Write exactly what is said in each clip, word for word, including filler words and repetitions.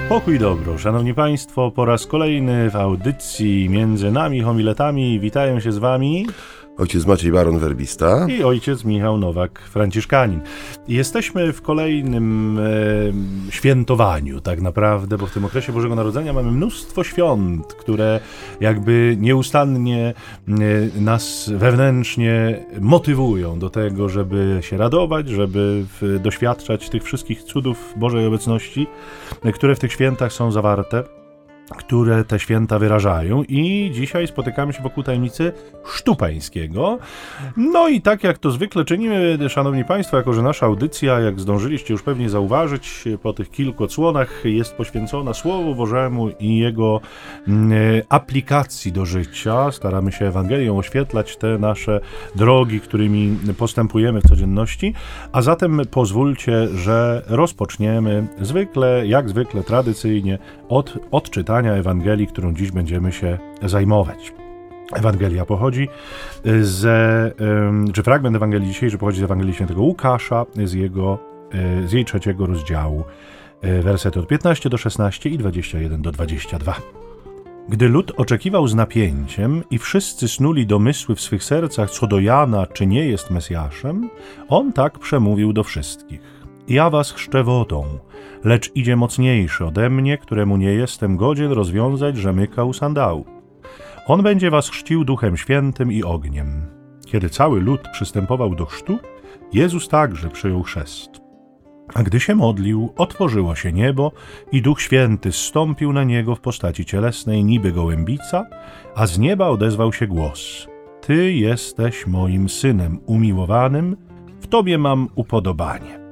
Pokój i dobro. Szanowni Państwo, po raz kolejny w audycji Między nami homiletami witają się z Wami ojciec Maciej Baron-Werbista i ojciec Michał Nowak-Franciszkanin. Jesteśmy w kolejnym e, świętowaniu tak naprawdę, bo w tym okresie Bożego Narodzenia mamy mnóstwo świąt, które jakby nieustannie e, nas wewnętrznie motywują do tego, żeby się radować, żeby w, doświadczać tych wszystkich cudów Bożej obecności, e, które w tych świętach są zawarte, które te święta wyrażają, i dzisiaj spotykamy się wokół tajemnicy Chrztu Pańskiego. No i tak jak to zwykle czynimy, szanowni Państwo, jako że nasza audycja, jak zdążyliście już pewnie zauważyć, po tych kilku odsłonach jest poświęcona Słowu Bożemu i jego mm, aplikacji do życia. Staramy się Ewangelią oświetlać te nasze drogi, którymi postępujemy w codzienności, a zatem pozwólcie, że rozpoczniemy zwykle, jak zwykle tradycyjnie od odczytania Ewangelii, którą dziś będziemy się zajmować. Ewangelia pochodzi ze, czy fragment Ewangelii dzisiejszy pochodzi z Ewangelii Świętego Łukasza, z, jego, z jej trzeciego rozdziału, wersety od piętnastego do szesnastego i dwudziestego pierwszego do dwudziestego drugiego. Gdy lud oczekiwał z napięciem i wszyscy snuli domysły w swych sercach co do Jana, czy nie jest Mesjaszem, on tak przemówił do wszystkich. Ja was chrzczę wodą, lecz idzie mocniejszy ode mnie, któremu nie jestem godzien rozwiązać rzemyka u sandału. On będzie was chrzcił Duchem Świętym i ogniem. Kiedy cały lud przystępował do chrztu, Jezus także przyjął chrzest. A gdy się modlił, otworzyło się niebo i Duch Święty zstąpił na niego w postaci cielesnej niby gołębica, a z nieba odezwał się głos: Ty jesteś moim Synem umiłowanym, w Tobie mam upodobanie.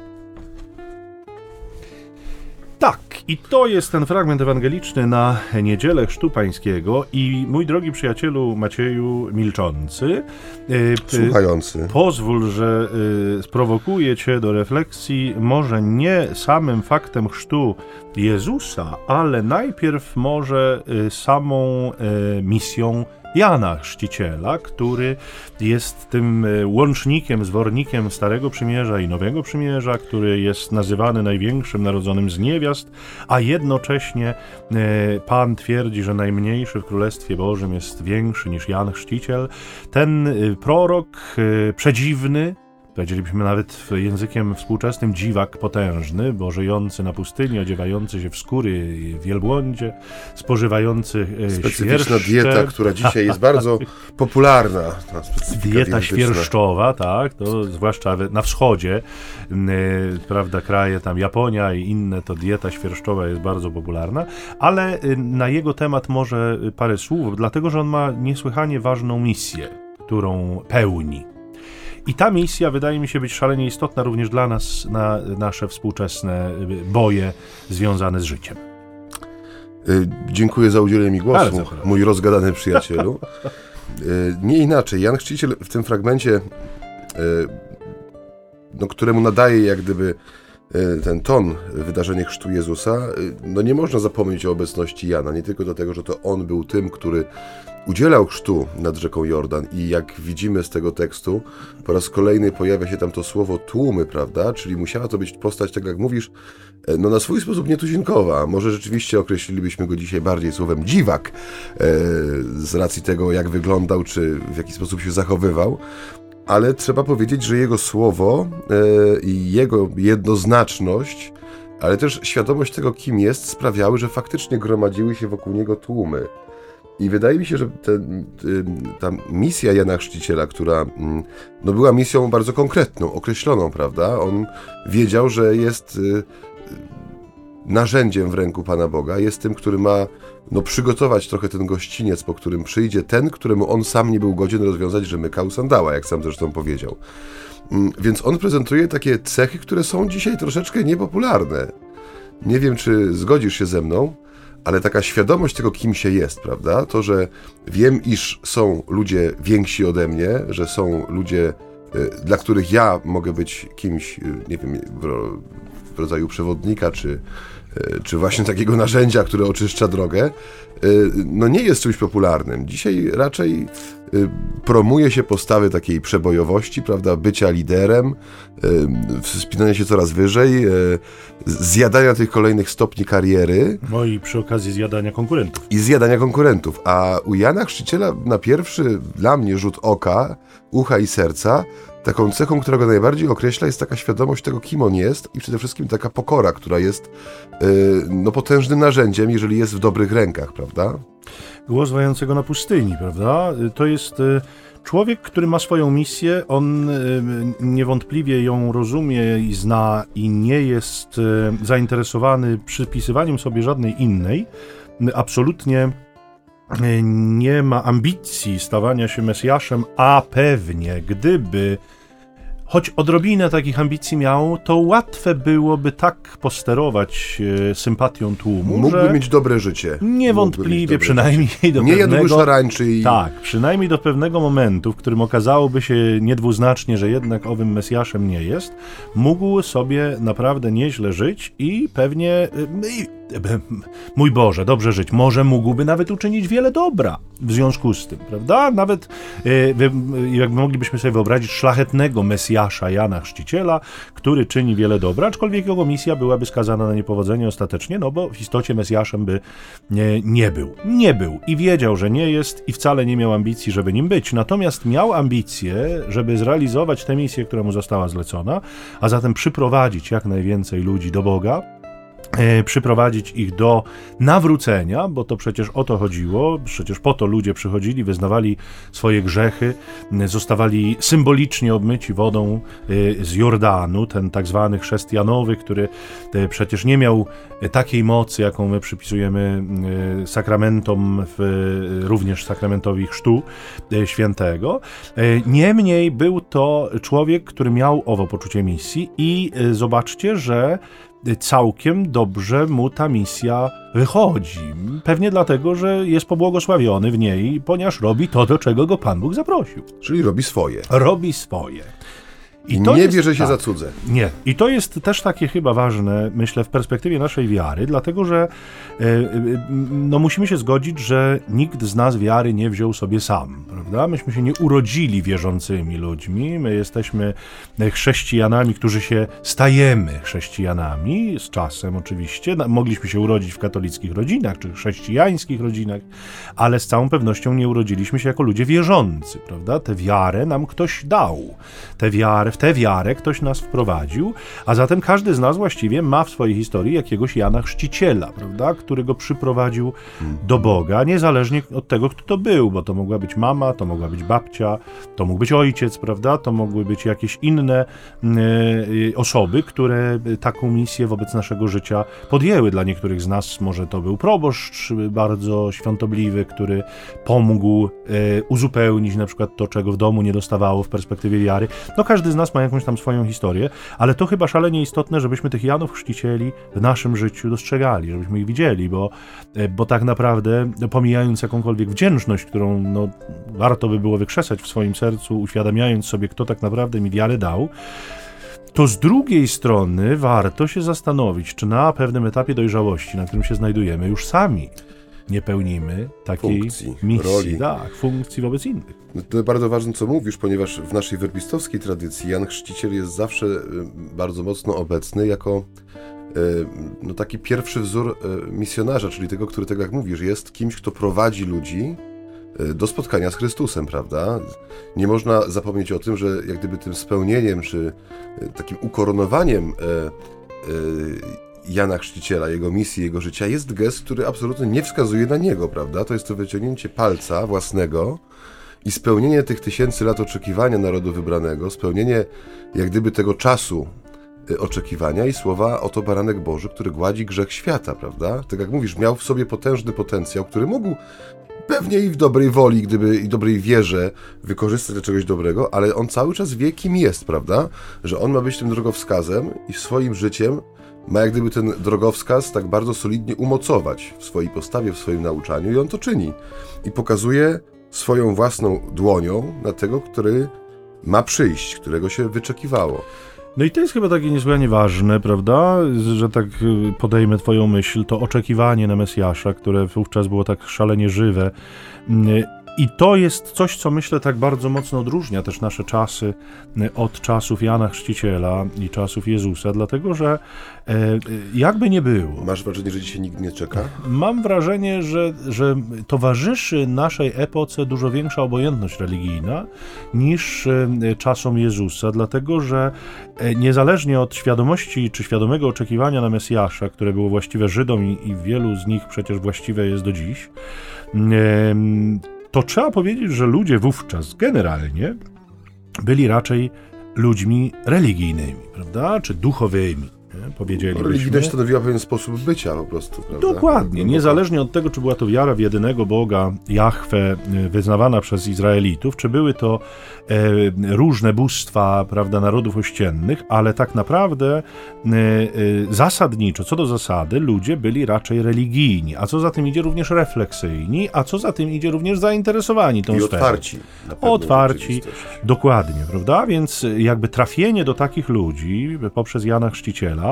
Tak, i to jest ten fragment ewangeliczny na niedzielę Chrztu Pańskiego. I mój drogi przyjacielu Macieju milczący, słuchający, pozwól, że sprowokuję cię do refleksji może nie samym faktem chrztu Jezusa, ale najpierw może samą misją Jana Chrzciciela, który jest tym łącznikiem, zwornikiem Starego Przymierza i Nowego Przymierza, który jest nazywany największym narodzonym z niewiast, a jednocześnie Pan twierdzi, że najmniejszy w Królestwie Bożym jest większy niż Jan Chrzciciel. Ten prorok przedziwny, powiedzielibyśmy nawet językiem współczesnym dziwak potężny, bo żyjący na pustyni, odziewający się w skóry wielbłądzie, spożywający specyficzna świerszcze. Dieta, która dzisiaj jest bardzo popularna. Dieta świerszczowa, tak, to zwłaszcza na wschodzie, yy, prawda, kraje tam Japonia i inne, to dieta świerszczowa jest bardzo popularna, ale yy, na jego temat może parę słów, dlatego że on ma niesłychanie ważną misję, którą pełni. I ta misja wydaje mi się być szalenie istotna również dla nas, na nasze współczesne boje związane z życiem. Dziękuję za udzielenie mi głosu, mój rozgadany przyjacielu. Nie inaczej, Jan Chrzciciel w tym fragmencie, no, któremu nadaje jak gdyby ten ton wydarzenie chrztu Jezusa, no nie można zapomnieć o obecności Jana, nie tylko dlatego, że to on był tym, który udzielał chrztu nad rzeką Jordan, i jak widzimy z tego tekstu, po raz kolejny pojawia się tam to słowo tłumy, prawda? Czyli musiała to być postać, tak jak mówisz, no na swój sposób nietuzinkowa. Może rzeczywiście określilibyśmy go dzisiaj bardziej słowem dziwak, z racji tego, jak wyglądał, czy w jaki sposób się zachowywał. Ale trzeba powiedzieć, że jego słowo i jego jednoznaczność, ale też świadomość tego, kim jest, sprawiały, że faktycznie gromadziły się wokół niego tłumy. I wydaje mi się, że ten, ta misja Jana Chrzciciela, która no, była misją bardzo konkretną, określoną, prawda? On wiedział, że jest narzędziem w ręku Pana Boga, jest tym, który ma no, przygotować trochę ten gościniec, po którym przyjdzie ten, któremu on sam nie był godzien rozwiązać rzemyka u sandała, jak sam zresztą powiedział. Więc on prezentuje takie cechy, które są dzisiaj troszeczkę niepopularne. Nie wiem, czy zgodzisz się ze mną, ale taka świadomość tego, kim się jest, prawda? To, że wiem, iż są ludzie więksi ode mnie, że są ludzie, y, dla których ja mogę być kimś, y, nie wiem, w, w rodzaju przewodnika, czy czy właśnie takiego narzędzia, które oczyszcza drogę, no nie jest czymś popularnym. Dzisiaj raczej promuje się postawy takiej przebojowości, prawda, bycia liderem, wspinania się coraz wyżej, zjadania tych kolejnych stopni kariery. No i przy okazji zjadania konkurentów. I zjadania konkurentów. A u Jana Chrzciciela na pierwszy dla mnie rzut oka, ucha i serca, taką cechą, która go najbardziej określa, jest taka świadomość tego, kim on jest i przede wszystkim taka pokora, która jest yy, no, potężnym narzędziem, jeżeli jest w dobrych rękach, prawda? Głos wojącego na pustyni, prawda? To jest y, człowiek, który ma swoją misję, on y, niewątpliwie ją rozumie i zna i nie jest y, zainteresowany przypisywaniem sobie żadnej innej. Y, absolutnie y, nie ma ambicji stawania się Mesjaszem, a pewnie gdyby choć odrobinę takich ambicji miał, to łatwe byłoby tak posterować e, sympatią tłumu, Mógłby że mieć dobre życie. Niewątpliwie, dobre przynajmniej życie. do nie pewnego... Nie szarańczy i... Tak, przynajmniej do pewnego momentu, w którym okazałoby się niedwuznacznie, że jednak owym Mesjaszem nie jest, mógł sobie naprawdę nieźle żyć i pewnie... Mój Boże, dobrze żyć. Może mógłby nawet uczynić wiele dobra w związku z tym, prawda? Nawet e, jakby moglibyśmy sobie wyobrazić szlachetnego Mesjasza Jana Chrzciciela, który czyni wiele dobra, aczkolwiek jego misja byłaby skazana na niepowodzenie ostatecznie, no bo w istocie Mesjaszem by nie, nie był. Nie był i wiedział, że nie jest i wcale nie miał ambicji, żeby nim być. Natomiast miał ambicje, żeby zrealizować tę misję, która mu została zlecona, a zatem przyprowadzić jak najwięcej ludzi do Boga, przyprowadzić ich do nawrócenia, bo to przecież o to chodziło, przecież po to ludzie przychodzili, wyznawali swoje grzechy, zostawali symbolicznie obmyci wodą z Jordanu, ten tak zwany chrzest Janowy, który przecież nie miał takiej mocy, jaką my przypisujemy sakramentom, w, również sakramentowi chrztu świętego. Niemniej był to człowiek, który miał owo poczucie misji i zobaczcie, że całkiem dobrze mu ta misja wychodzi. Pewnie dlatego, że jest pobłogosławiony w niej, ponieważ robi to, do czego go Pan Bóg zaprosił. Czyli robi swoje. Robi swoje. I, I to nie jest, bierze się tak, za cudze. Nie. I to jest też takie chyba ważne, myślę, w perspektywie naszej wiary, dlatego że e, no, musimy się zgodzić, że nikt z nas wiary nie wziął sobie sam, prawda? Myśmy się nie urodzili wierzącymi ludźmi, my jesteśmy chrześcijanami, którzy się stajemy chrześcijanami, z czasem oczywiście. Mogliśmy się urodzić w katolickich rodzinach, czy chrześcijańskich rodzinach, ale z całą pewnością nie urodziliśmy się jako ludzie wierzący, prawda? Tę wiarę nam ktoś dał. Tę wiarę W tę wiarę ktoś nas wprowadził, a zatem każdy z nas właściwie ma w swojej historii jakiegoś Jana Chrzciciela, prawda, który go przyprowadził do Boga, niezależnie od tego, kto to był, bo to mogła być mama, to mogła być babcia, to mógł być ojciec, prawda, to mogły być jakieś inne y, osoby, które taką misję wobec naszego życia podjęły. Dla niektórych z nas może to był proboszcz bardzo świątobliwy, który pomógł y, uzupełnić na przykład to, czego w domu nie dostawało w perspektywie wiary. No każdy z nas ma jakąś tam swoją historię, ale to chyba szalenie istotne, żebyśmy tych Janów Chrzcicieli w naszym życiu dostrzegali, żebyśmy ich widzieli, bo, bo tak naprawdę, pomijając jakąkolwiek wdzięczność, którą no, warto by było wykrzesać w swoim sercu, uświadamiając sobie, kto tak naprawdę mi wiarę dał, to z drugiej strony warto się zastanowić, czy na pewnym etapie dojrzałości, na którym się znajdujemy, już sami nie pełnimy takiej funkcji, misji, roli. Tak, funkcji wobec innych. No to bardzo ważne, co mówisz, ponieważ w naszej werbistowskiej tradycji Jan Chrzciciel jest zawsze bardzo mocno obecny jako no, taki pierwszy wzór misjonarza, czyli tego, który, tak jak mówisz, jest kimś, kto prowadzi ludzi do spotkania z Chrystusem, prawda? Nie można zapomnieć o tym, że jak gdyby tym spełnieniem, czy takim ukoronowaniem Jana Chrzciciela, jego misji, jego życia, jest gest, który absolutnie nie wskazuje na niego, prawda? To jest to wyciągnięcie palca własnego i spełnienie tych tysięcy lat oczekiwania narodu wybranego, spełnienie jak gdyby tego czasu oczekiwania i słowa oto baranek Boży, który gładzi grzech świata, prawda? Tak jak mówisz, miał w sobie potężny potencjał, który mógł pewnie i w dobrej woli, gdyby i dobrej wierze wykorzystać do czegoś dobrego, ale on cały czas wie, kim jest, prawda? Że on ma być tym drogowskazem i swoim życiem ma jak gdyby ten drogowskaz tak bardzo solidnie umocować w swojej postawie, w swoim nauczaniu i on to czyni. I pokazuje swoją własną dłonią na tego, który ma przyjść, którego się wyczekiwało. No i to jest chyba takie niesłychanie ważne, prawda, że tak podejmę twoją myśl, to oczekiwanie na Mesjasza, które wówczas było tak szalenie żywe. I to jest coś, co myślę tak bardzo mocno odróżnia też nasze czasy od czasów Jana Chrzciciela i czasów Jezusa, dlatego że e, jakby nie było. Masz wrażenie, że dzisiaj nikt nie czeka? Mam wrażenie, że, że towarzyszy naszej epoce dużo większa obojętność religijna niż e, czasom Jezusa, dlatego że e, niezależnie od świadomości czy świadomego oczekiwania na Mesjasza, które było właściwe Żydom i, i wielu z nich przecież właściwe jest do dziś, e, to trzeba powiedzieć, że ludzie wówczas generalnie byli raczej ludźmi religijnymi, prawda? Czy duchowymi, nie? Powiedzielibyśmy. Religijność stanowiła pewien sposób bycia po prostu, prawda? Dokładnie. Niezależnie od tego, czy była to wiara w jedynego Boga, Jahwe, wyznawana przez Izraelitów, czy były to e, różne bóstwa, prawda, narodów ościennych, ale tak naprawdę e, e, zasadniczo, co do zasady, ludzie byli raczej religijni, a co za tym idzie również refleksyjni, a co za tym idzie również zainteresowani tą I sferą. otwarci. Na pewną Otwarci, dokładnie, prawda? Więc jakby trafienie do takich ludzi poprzez Jana Chrzciciela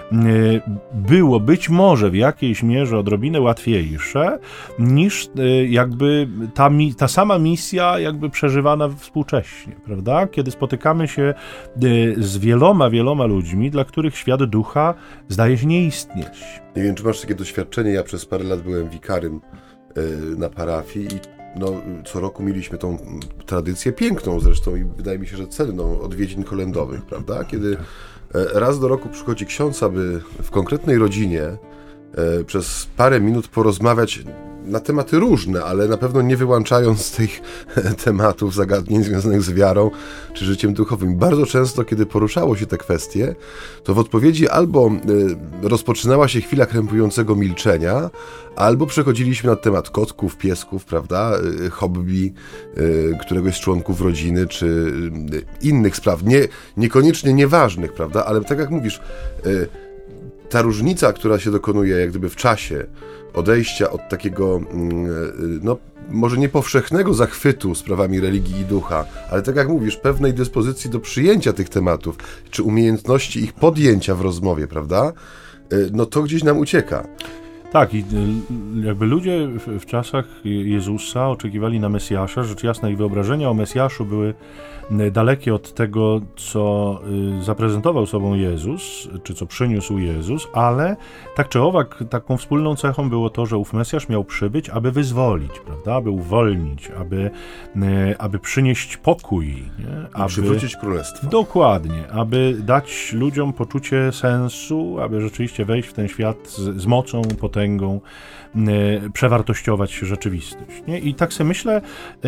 było być może w jakiejś mierze odrobinę łatwiejsze niż jakby ta, ta sama misja jakby przeżywana współcześnie, prawda? Kiedy spotykamy się z wieloma, wieloma ludźmi, dla których świat ducha zdaje się nie istnieć. Nie wiem, czy masz takie doświadczenie, ja przez parę lat byłem wikarym na parafii i no, co roku mieliśmy tą tradycję piękną zresztą i wydaje mi się, że cenną odwiedzin kolędowych, prawda? Kiedy raz do roku przychodzi ksiądz, aby w konkretnej rodzinie e, przez parę minut porozmawiać na tematy różne, ale na pewno nie wyłączając tych tematów, zagadnień związanych z wiarą czy życiem duchowym. Bardzo często, kiedy poruszało się te kwestie, to w odpowiedzi albo e, rozpoczynała się chwila krępującego milczenia, albo przechodziliśmy na temat kotków, piesków, prawda, e, hobby e, któregoś z członków rodziny, czy e, innych spraw, nie, niekoniecznie nieważnych, prawda, ale tak jak mówisz, e, ta różnica, która się dokonuje jak gdyby w czasie odejścia od takiego, no może nie powszechnego zachwytu sprawami religii i ducha, ale tak jak mówisz, pewnej dyspozycji do przyjęcia tych tematów, czy umiejętności ich podjęcia w rozmowie, prawda, no to gdzieś nam ucieka. Tak, i jakby ludzie w, w czasach Jezusa oczekiwali na Mesjasza, rzecz jasna ich wyobrażenia o Mesjaszu były dalekie od tego, co zaprezentował sobą Jezus, czy co przyniósł Jezus, ale tak czy owak taką wspólną cechą było to, że ów Mesjasz miał przybyć, aby wyzwolić, prawda, aby uwolnić, aby, aby przynieść pokój, nie? Aby przywrócić królestwo. Dokładnie, aby dać ludziom poczucie sensu, aby rzeczywiście wejść w ten świat z, z mocą, potęgą, przewartościować rzeczywistość. Nie? I tak sobie myślę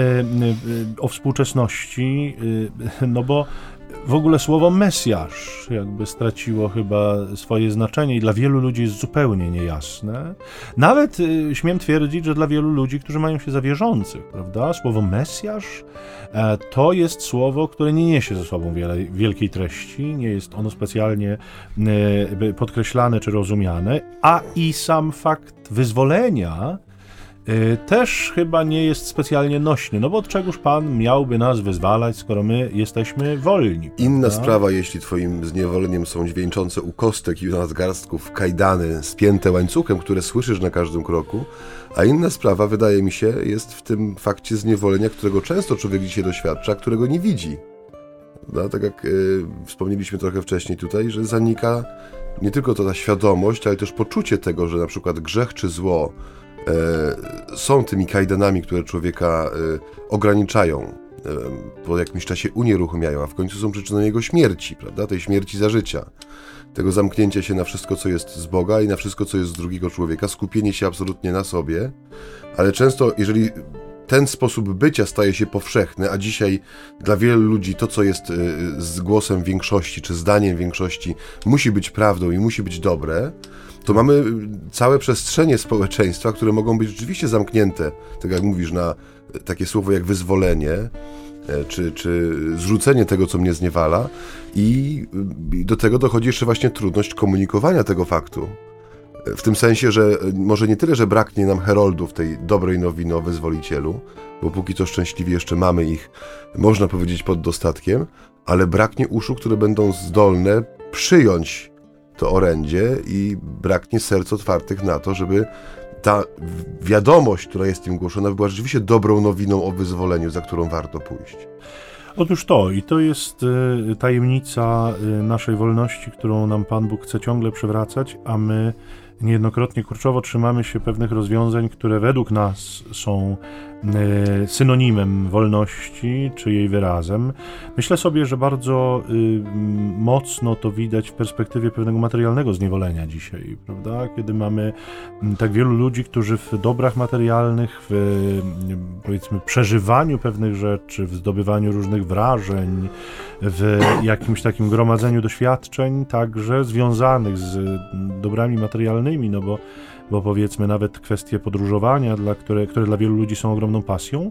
o współczesności, no bo w ogóle słowo Mesjasz jakby straciło chyba swoje znaczenie i dla wielu ludzi jest zupełnie niejasne. Nawet y, śmiem twierdzić, że dla wielu ludzi, którzy mają się za wierzących, prawda? Słowo Mesjasz e, to jest słowo, które nie niesie ze sobą wiele, wielkiej treści, nie jest ono specjalnie y, podkreślane czy rozumiane, a i sam fakt wyzwolenia też chyba nie jest specjalnie nośny, no bo od czegoż Pan miałby nas wyzwalać, skoro my jesteśmy wolni. Prawda? Inna sprawa, jeśli twoim zniewoleniem są dźwięczące u kostek i nadgarstków kajdany spięte łańcuchem, które słyszysz na każdym kroku, a inna sprawa, wydaje mi się, jest w tym fakcie zniewolenia, którego często człowiek dzisiaj doświadcza, którego nie widzi. No, tak jak y, wspomnieliśmy trochę wcześniej tutaj, że zanika nie tylko to ta świadomość, ale też poczucie tego, że na przykład grzech czy zło E, są tymi kajdanami, które człowieka e, ograniczają, e, po jakimś czasie unieruchomiają, a w końcu są przyczyną jego śmierci, prawda? Tej śmierci za życia. Tego zamknięcia się na wszystko, co jest z Boga i na wszystko, co jest z drugiego człowieka, skupienie się absolutnie na sobie, ale często, jeżeli ten sposób bycia staje się powszechny, a dzisiaj dla wielu ludzi to, co jest z głosem większości, czy zdaniem większości, musi być prawdą i musi być dobre, to mamy całe przestrzenie społeczeństwa, które mogą być rzeczywiście zamknięte, tak jak mówisz, na takie słowo jak wyzwolenie, czy, czy zrzucenie tego, co mnie zniewala, i do tego dochodzi jeszcze właśnie trudność komunikowania tego faktu. W tym sensie, że może nie tyle, że braknie nam heroldów tej dobrej nowiny o wyzwolicielu, bo póki co szczęśliwie jeszcze mamy ich, można powiedzieć, pod dostatkiem, ale braknie uszu, które będą zdolne przyjąć to orędzie i braknie serc otwartych na to, żeby ta wiadomość, która jest im głoszona, była rzeczywiście dobrą nowiną o wyzwoleniu, za którą warto pójść. Otóż to, i to jest y, tajemnica y, naszej wolności, którą nam Pan Bóg chce ciągle przywracać, a my niejednokrotnie kurczowo trzymamy się pewnych rozwiązań, które według nas są y, synonimem wolności, czy jej wyrazem. Myślę sobie, że bardzo y, mocno to widać w perspektywie pewnego materialnego zniewolenia dzisiaj, prawda? Kiedy mamy y, tak wielu ludzi, którzy w dobrach materialnych, w y, powiedzmy przeżywaniu pewnych rzeczy, w zdobywaniu różnych wrażeń, w jakimś takim gromadzeniu doświadczeń, także związanych z dobrami materialnymi, no bo bo powiedzmy nawet kwestie podróżowania, dla które, które dla wielu ludzi są ogromną pasją,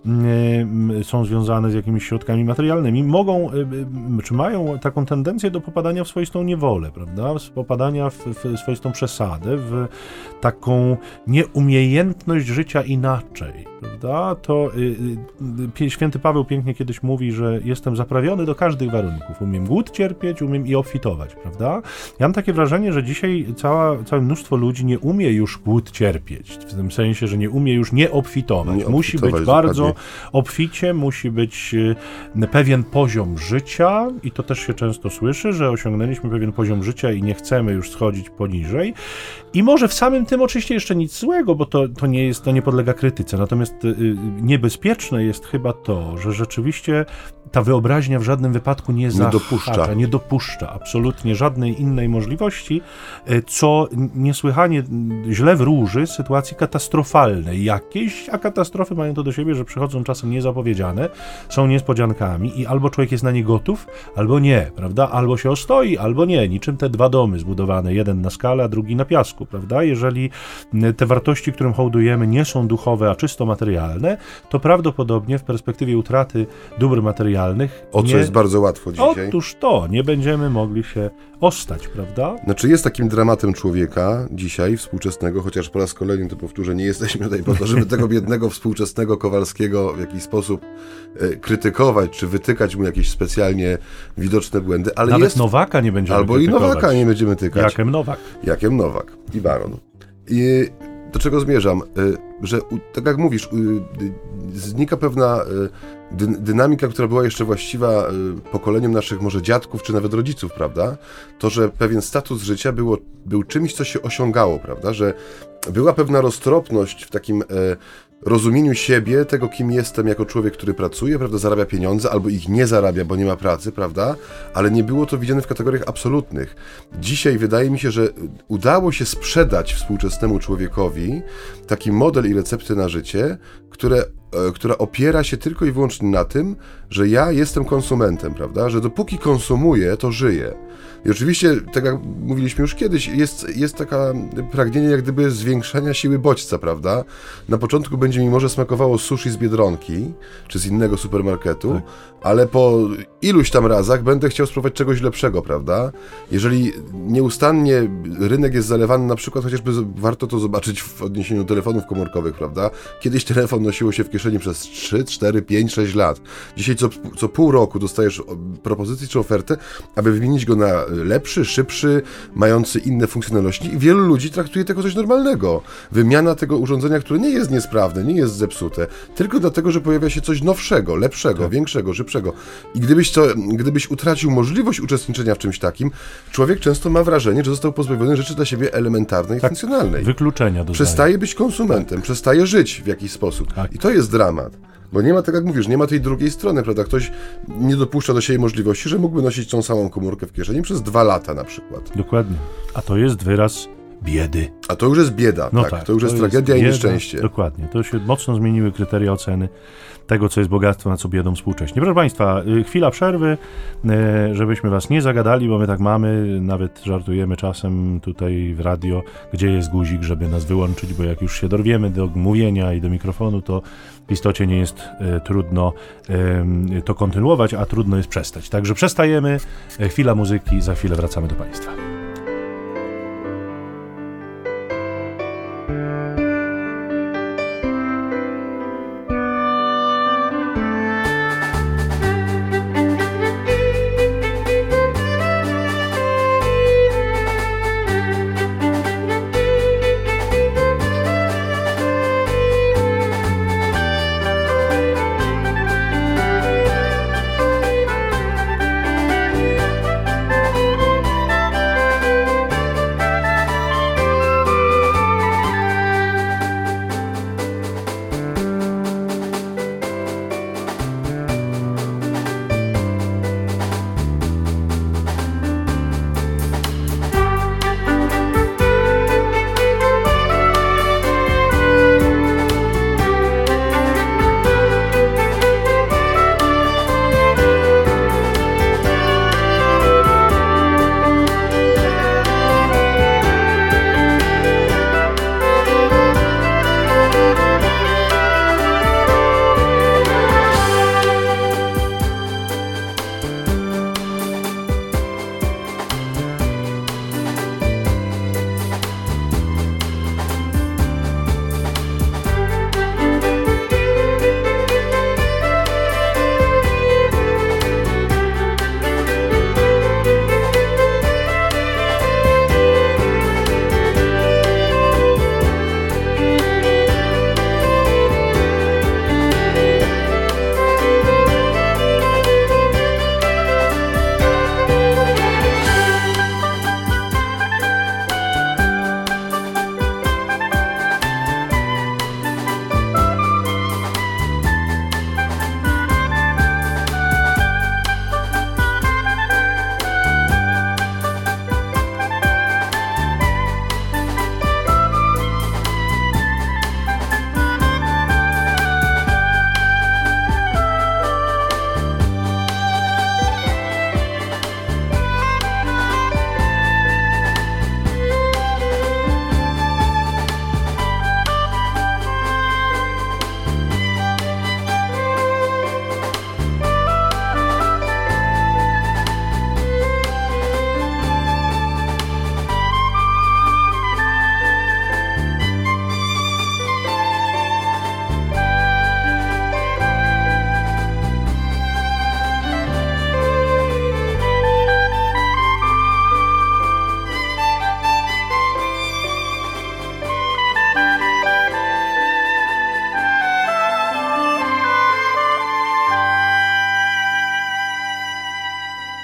yy, są związane z jakimiś środkami materialnymi, mogą, yy, czy mają taką tendencję do popadania w swoistą niewolę, prawda? Z popadania w, w swoistą przesadę, w taką nieumiejętność życia inaczej, prawda? To yy, święty Paweł pięknie kiedyś mówi, że jestem zaprawiony do każdych warunków. Umiem głód cierpieć, umiem i obfitować, prawda? Ja mam takie wrażenie, że dzisiaj cała, całe mnóstwo ludzi nie umie już głód cierpieć, w tym sensie, że nie umie już nie obfitować. Nie musi być bardzo dokładnie. Obficie, musi być pewien poziom życia i to też się często słyszy, że osiągnęliśmy pewien poziom życia i nie chcemy już schodzić poniżej. I może w samym tym oczywiście jeszcze nic złego, bo to, to nie jest, to nie podlega krytyce. Natomiast y, niebezpieczne jest chyba to, że rzeczywiście ta wyobraźnia w żadnym wypadku nie, nie zahacza, dopuszcza. nie dopuszcza absolutnie żadnej innej możliwości, co niesłychanie źle wróży sytuacji katastrofalnej jakiejś, a katastrofy mają to do siebie, że przychodzą czasem niezapowiedziane, są niespodziankami i albo człowiek jest na nie gotów, albo nie, prawda? Albo się ostoi, albo nie. Niczym te dwa domy zbudowane, jeden na skale, a drugi na piasku, prawda? Jeżeli te wartości, którym hołdujemy, nie są duchowe, a czysto materialne, to prawdopodobnie w perspektywie utraty dóbr materialnych o co nie... jest bardzo łatwo dzisiaj. Otóż to, nie będziemy mogli się ostać, prawda? Znaczy jest takim dramatem człowieka dzisiaj, współczesnego, chociaż po raz kolejny to powtórzę, nie jesteśmy tutaj po to, żeby tego biednego, współczesnego Kowalskiego w jakiś sposób e, krytykować, czy wytykać mu jakieś specjalnie widoczne błędy, ale Nawet jest... Nowaka nie będziemy Albo krytykować. i Nowaka nie będziemy tykać. Jakem Nowak. Jakiem Nowak i Baron. I do czego zmierzam? Że tak jak mówisz, znika pewna dy- dynamika, która była jeszcze właściwa pokoleniom naszych może dziadków, czy nawet rodziców, prawda? To, że pewien status życia było, był czymś, co się osiągało, prawda? Że była pewna roztropność w takim rozumieniu siebie, tego kim jestem jako człowiek, który pracuje, prawda, zarabia pieniądze, albo ich nie zarabia, bo nie ma pracy, prawda, ale nie było to widziane w kategoriach absolutnych. Dzisiaj wydaje mi się, że udało się sprzedać współczesnemu człowiekowi taki model i receptę na życie, które, która opiera się tylko i wyłącznie na tym, że ja jestem konsumentem, prawda, że dopóki konsumuję, to żyję. I oczywiście, tak jak mówiliśmy już kiedyś, jest, jest taka pragnienie jak gdyby zwiększania siły bodźca, prawda? Na początku będzie mi może smakowało sushi z Biedronki, czy z innego supermarketu, tak. Ale po iluś tam razach będę chciał spróbować czegoś lepszego, prawda? Jeżeli nieustannie rynek jest zalewany, na przykład chociażby warto to zobaczyć w odniesieniu do telefonów komórkowych, prawda? Kiedyś telefon nosiło się w kieszeni przez trzy, cztery, pięć, sześć lat. Dzisiaj co, co pół roku dostajesz propozycję czy ofertę, aby wymienić go na lepszy, szybszy, mający inne funkcjonalności i wielu ludzi traktuje tego coś normalnego. Wymiana tego urządzenia, które nie jest niesprawne, nie jest zepsute, tylko dlatego, że pojawia się coś nowszego, lepszego, tak. większego, szybszego. I gdybyś, to, gdybyś utracił możliwość uczestniczenia w czymś takim, człowiek często ma wrażenie, że został pozbawiony rzeczy dla siebie elementarnej, tak, funkcjonalnej. Wykluczenia dodaje. Przestaje być konsumentem, tak. przestaje żyć w jakiś sposób. Tak. I to jest dramat. Bo nie ma, tak jak mówisz, nie ma tej drugiej strony, prawda? Ktoś nie dopuszcza do siebie możliwości, że mógłby nosić tą samą komórkę w kieszeni przez dwa lata na przykład. Dokładnie. A to jest wyraz biedy. A to już jest bieda, no tak. tak. To już to jest, jest tragedia bieda, i nieszczęście. Dokładnie. To się mocno zmieniły kryteria oceny tego, co jest bogactwo, na co biedą współcześnie. Proszę Państwa, chwila przerwy, żebyśmy Was nie zagadali, bo my tak mamy, nawet żartujemy czasem tutaj w radio, gdzie jest guzik, żeby nas wyłączyć, bo jak już się dorwiemy do mówienia i do mikrofonu, to w istocie nie jest e, trudno e, to kontynuować, a trudno jest przestać. Także przestajemy, e, chwila muzyki, za chwilę wracamy do Państwa.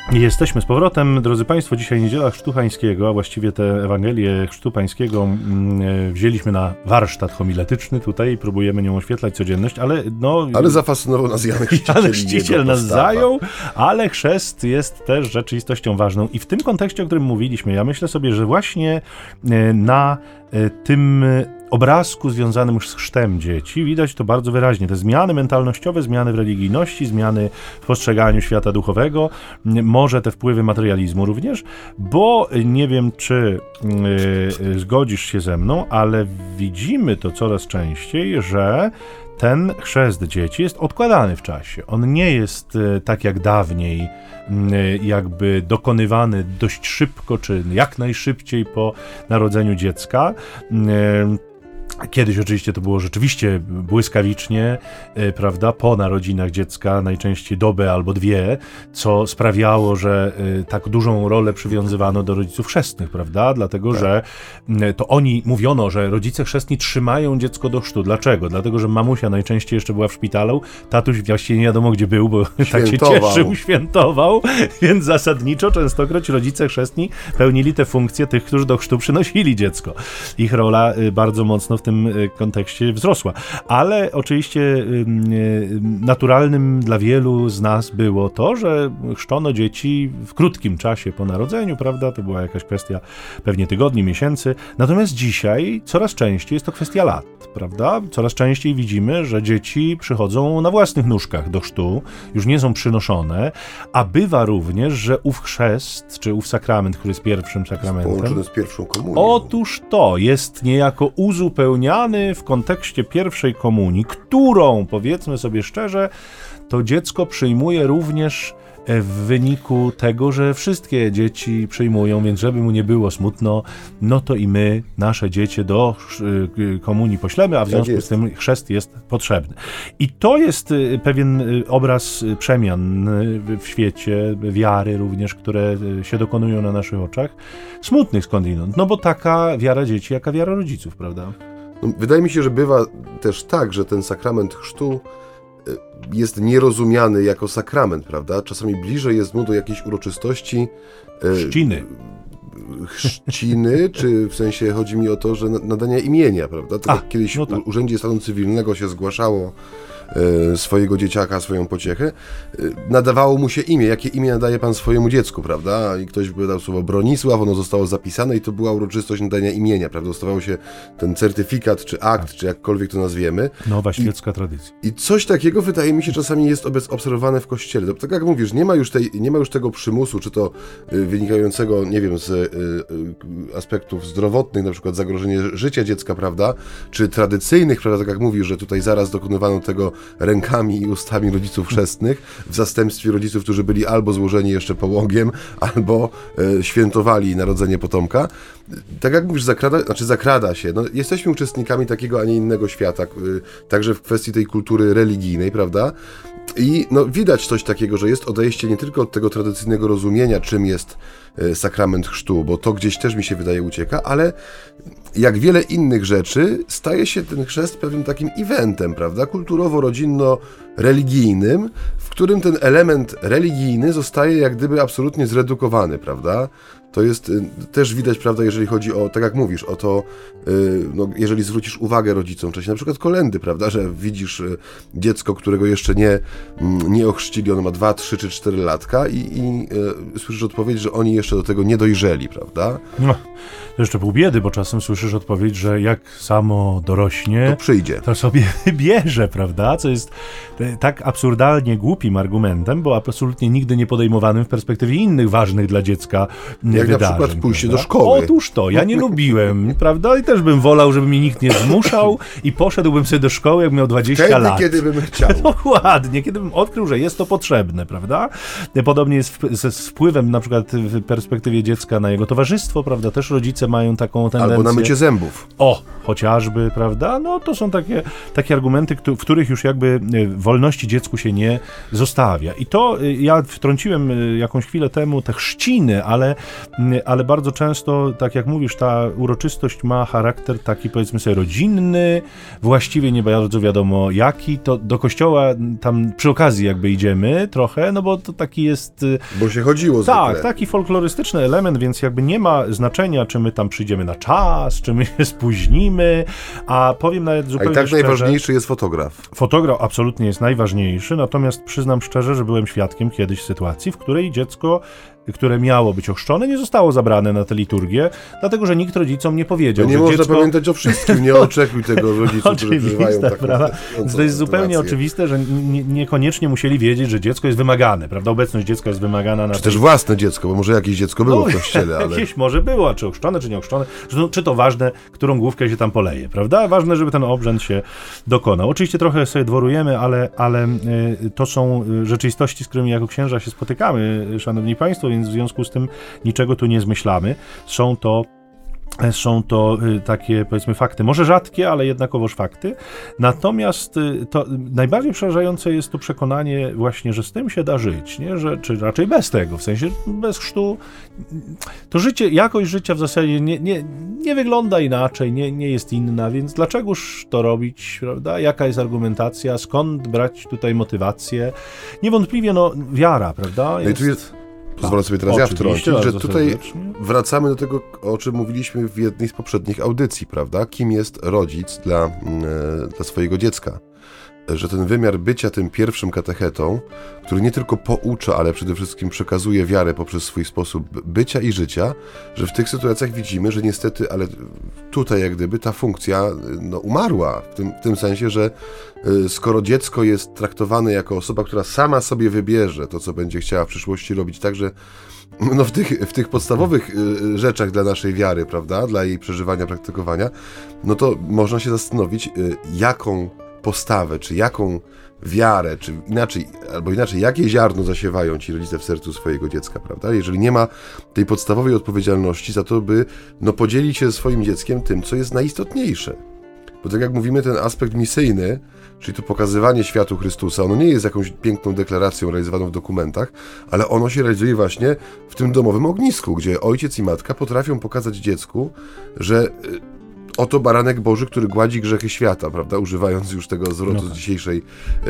Jesteśmy z powrotem, drodzy Państwo, dzisiaj niedziela Chrztu Pańskiego, a właściwie tę Ewangelię Chrztu Pańskiego mm, wzięliśmy na warsztat homiletyczny tutaj i próbujemy nią oświetlać codzienność, ale no... Ale zafascynował nas Jan Chrzciciel. Jan Chrzciciel nas zajął, ale chrzest jest też rzeczywistością ważną i w tym kontekście, o którym mówiliśmy, ja myślę sobie, że właśnie na tym obrazku związanym z chrztem dzieci widać to bardzo wyraźnie. Te zmiany mentalnościowe, zmiany w religijności, zmiany w postrzeganiu świata duchowego, może te wpływy materializmu również, bo nie wiem, czy yy, zgodzisz się ze mną, ale widzimy to coraz częściej, że ten chrzest dzieci jest odkładany w czasie. On nie jest e, tak jak dawniej e, jakby dokonywany dość szybko, czy jak najszybciej po narodzeniu dziecka. E, Kiedyś oczywiście to było rzeczywiście błyskawicznie, e, prawda, po narodzinach dziecka, najczęściej dobę albo dwie, co sprawiało, że e, tak dużą rolę przywiązywano do rodziców chrzestnych, prawda, dlatego, tak. że e, to oni mówiono, że rodzice chrzestni trzymają dziecko do chrztu. Dlaczego? Dlatego, że mamusia najczęściej jeszcze była w szpitalu, tatuś właściwie nie wiadomo gdzie był, bo tak się cieszył, świętował, więc zasadniczo częstokroć rodzice chrzestni pełnili te funkcje tych, którzy do chrztu przynosili dziecko. Ich rola e, bardzo mocno w tym kontekście wzrosła. Ale oczywiście naturalnym dla wielu z nas było to, że chrzczono dzieci w krótkim czasie po narodzeniu, prawda? To była jakaś kwestia pewnie tygodni, miesięcy. Natomiast dzisiaj coraz częściej jest to kwestia lat, prawda? Coraz częściej widzimy, że dzieci przychodzą na własnych nóżkach do chrztu, już nie są przynoszone, a bywa również, że ów chrzest, czy ów sakrament, który jest pierwszym sakramentem, połączony z pierwszą komunią. Otóż to jest niejako uzupełniony w kontekście pierwszej komunii, którą, powiedzmy sobie szczerze, to dziecko przyjmuje również w wyniku tego, że wszystkie dzieci przyjmują, więc żeby mu nie było smutno, no to i my nasze dzieci do komunii poślemy, a w związku z tym chrzest jest potrzebny. I to jest pewien obraz przemian w świecie, wiary również, które się dokonują na naszych oczach, smutnych skądinąd, no bo taka wiara dzieci, jaka wiara rodziców, prawda? No, wydaje mi się, że bywa też tak, że ten sakrament chrztu jest nierozumiany jako sakrament, prawda? Czasami bliżej jest mu do jakiejś uroczystości chrzciny. Chrzciny, czy w sensie chodzi mi o to, że nadania imienia, prawda? Tak jak kiedyś no tak. w Urzędzie Stanu Cywilnego się zgłaszało swojego dzieciaka, swoją pociechę, nadawało mu się imię. Jakie imię nadaje pan swojemu dziecku, prawda? I ktoś by dał słowo Bronisław, ono zostało zapisane i to była uroczystość nadania imienia, prawda? Dostawało się ten certyfikat, czy akt, czy jakkolwiek to nazwiemy. Nowa świecka I, tradycja. I coś takiego, wydaje mi się, czasami jest obserwowane w Kościele. To, tak jak mówisz, nie ma już tej, nie ma już tego przymusu, czy to y, wynikającego, nie wiem, z y, y, aspektów zdrowotnych, na przykład zagrożenie życia dziecka, prawda? Czy tradycyjnych, prawda? Tak jak mówisz, że tutaj zaraz dokonywano tego rękami i ustami rodziców chrzestnych, w zastępstwie rodziców, którzy byli albo złożeni jeszcze połogiem, albo e, świętowali narodzenie potomka. Tak jak mówisz, zakrada, znaczy zakrada się. No, jesteśmy uczestnikami takiego, a nie innego świata, y, także w kwestii tej kultury religijnej, prawda? I no, widać coś takiego, że jest odejście nie tylko od tego tradycyjnego rozumienia, czym jest y, sakrament chrztu, bo to gdzieś też mi się wydaje ucieka, ale jak wiele innych rzeczy, staje się ten chrzest pewnym takim eventem, prawda? Kulturowo-rodzinno-religijnym, w którym ten element religijny zostaje jak gdyby absolutnie zredukowany, prawda? To jest y, też widać, prawda, jeżeli chodzi o, tak jak mówisz, o to, y, no, jeżeli zwrócisz uwagę rodzicom, czasie na przykład kolędy, prawda, że widzisz y, dziecko, którego jeszcze nie, y, nie ochrzcili, ono ma dwa, trzy czy cztery latka i, i y, słyszysz odpowiedź, że oni jeszcze do tego nie dojrzeli, prawda? No, to jeszcze pół biedy, bo czasem słyszysz odpowiedź, że jak samo dorośnie, to przyjdzie. To sobie wybierze, prawda, co jest tak absurdalnie głupim argumentem, bo absolutnie nigdy nie podejmowanym w perspektywie innych ważnych dla dziecka jak wydarzeń, na przykład pójście prawda? do szkoły. Otóż to, ja nie lubiłem, prawda? I też bym wolał, żeby mnie nikt nie zmuszał i poszedłbym sobie do szkoły, jak miał dwadzieścia Wtedy, lat. kiedy bym chciał. Dokładnie, kiedy bym odkrył, że jest to potrzebne, prawda? Podobnie jest w, z, z wpływem na przykład w perspektywie dziecka na jego towarzystwo, prawda? Też rodzice mają taką tendencję. Albo na mycie zębów. O, chociażby, prawda? No to są takie, takie argumenty, w których już jakby wolności dziecku się nie zostawia. I to ja wtrąciłem jakąś chwilę temu te chrzciny, ale ale bardzo często, tak jak mówisz, ta uroczystość ma charakter taki, powiedzmy sobie, rodzinny, właściwie nie bardzo wiadomo jaki, to do kościoła tam przy okazji jakby idziemy trochę, no bo to taki jest... Bo się chodziło zwykle. Tak, taki folklorystyczny element, więc jakby nie ma znaczenia, czy my tam przyjdziemy na czas, czy my się spóźnimy, a powiem nawet zupełnie szczerze... A i tak szczerze, najważniejszy jest fotograf. Fotograf absolutnie jest najważniejszy, natomiast przyznam szczerze, że byłem świadkiem kiedyś sytuacji, w której dziecko, które miało być ochrzczone, nie zostało zabrane na tę liturgię, dlatego, że nikt rodzicom nie powiedział, no nie że można dziecko... pamiętać o wszystkim, nie oczekuj tego rodziców, którzy przeżywają taką prawda? To jest zupełnie sytuację. oczywiste, że nie, niekoniecznie musieli wiedzieć, że dziecko jest wymagane, prawda? Obecność dziecka jest wymagana na... Czy też własne dziecko, bo może jakieś dziecko było no, w kościele, ale... Jakieś może było, czy ochrzczone, czy nie ochrzczone, czy, czy to ważne, którą główkę się tam poleje, prawda? Ważne, żeby ten obrzęd się dokonał. Oczywiście trochę sobie dworujemy, ale, ale y, to są rzeczywistości, z którymi jako księża się spotykamy, szanowni państwo, więc w związku z tym niczego tu nie zmyślamy. Są to Są to y, takie, powiedzmy, fakty, może rzadkie, ale jednakowoż fakty. Natomiast y, to najbardziej przerażające jest to przekonanie właśnie, że z tym się da żyć, nie? Że, czy raczej bez tego, w sensie bez chrztu. To życie, jakość życia w zasadzie nie, nie, nie wygląda inaczej, nie, nie jest inna, więc dlaczegoż to robić, prawda? Jaka jest argumentacja, skąd brać tutaj motywację? Niewątpliwie, no, wiara, prawda? Jest... No i tu jest... Pozwolę sobie teraz ja wtrącić, że tutaj serdecznie. Wracamy do tego, o czym mówiliśmy w jednej z poprzednich audycji, prawda? Kim jest rodzic dla, e, dla swojego dziecka. Że ten wymiar bycia tym pierwszym katechetą, który nie tylko poucza, ale przede wszystkim przekazuje wiarę poprzez swój sposób bycia i życia, że w tych sytuacjach widzimy, że niestety, ale tutaj jak gdyby ta funkcja no, umarła, w tym, w tym sensie, że y, skoro dziecko jest traktowane jako osoba, która sama sobie wybierze to, co będzie chciała w przyszłości robić, także no, w, tych, w tych podstawowych y, rzeczach dla naszej wiary, prawda, dla jej przeżywania, praktykowania, no to można się zastanowić, y, jaką postawę, czy jaką wiarę, czy inaczej, albo inaczej, jakie ziarno zasiewają ci rodzice w sercu swojego dziecka, prawda? Jeżeli nie ma tej podstawowej odpowiedzialności za to, by no, podzielić się ze swoim dzieckiem tym, co jest najistotniejsze. Bo tak jak mówimy, ten aspekt misyjny, czyli to pokazywanie światu Chrystusa, ono nie jest jakąś piękną deklaracją realizowaną w dokumentach, ale ono się realizuje właśnie w tym domowym ognisku, gdzie ojciec i matka potrafią pokazać dziecku, że oto baranek Boży, który gładzi grzechy świata, prawda? Używając już tego zwrotu no. z dzisiejszej,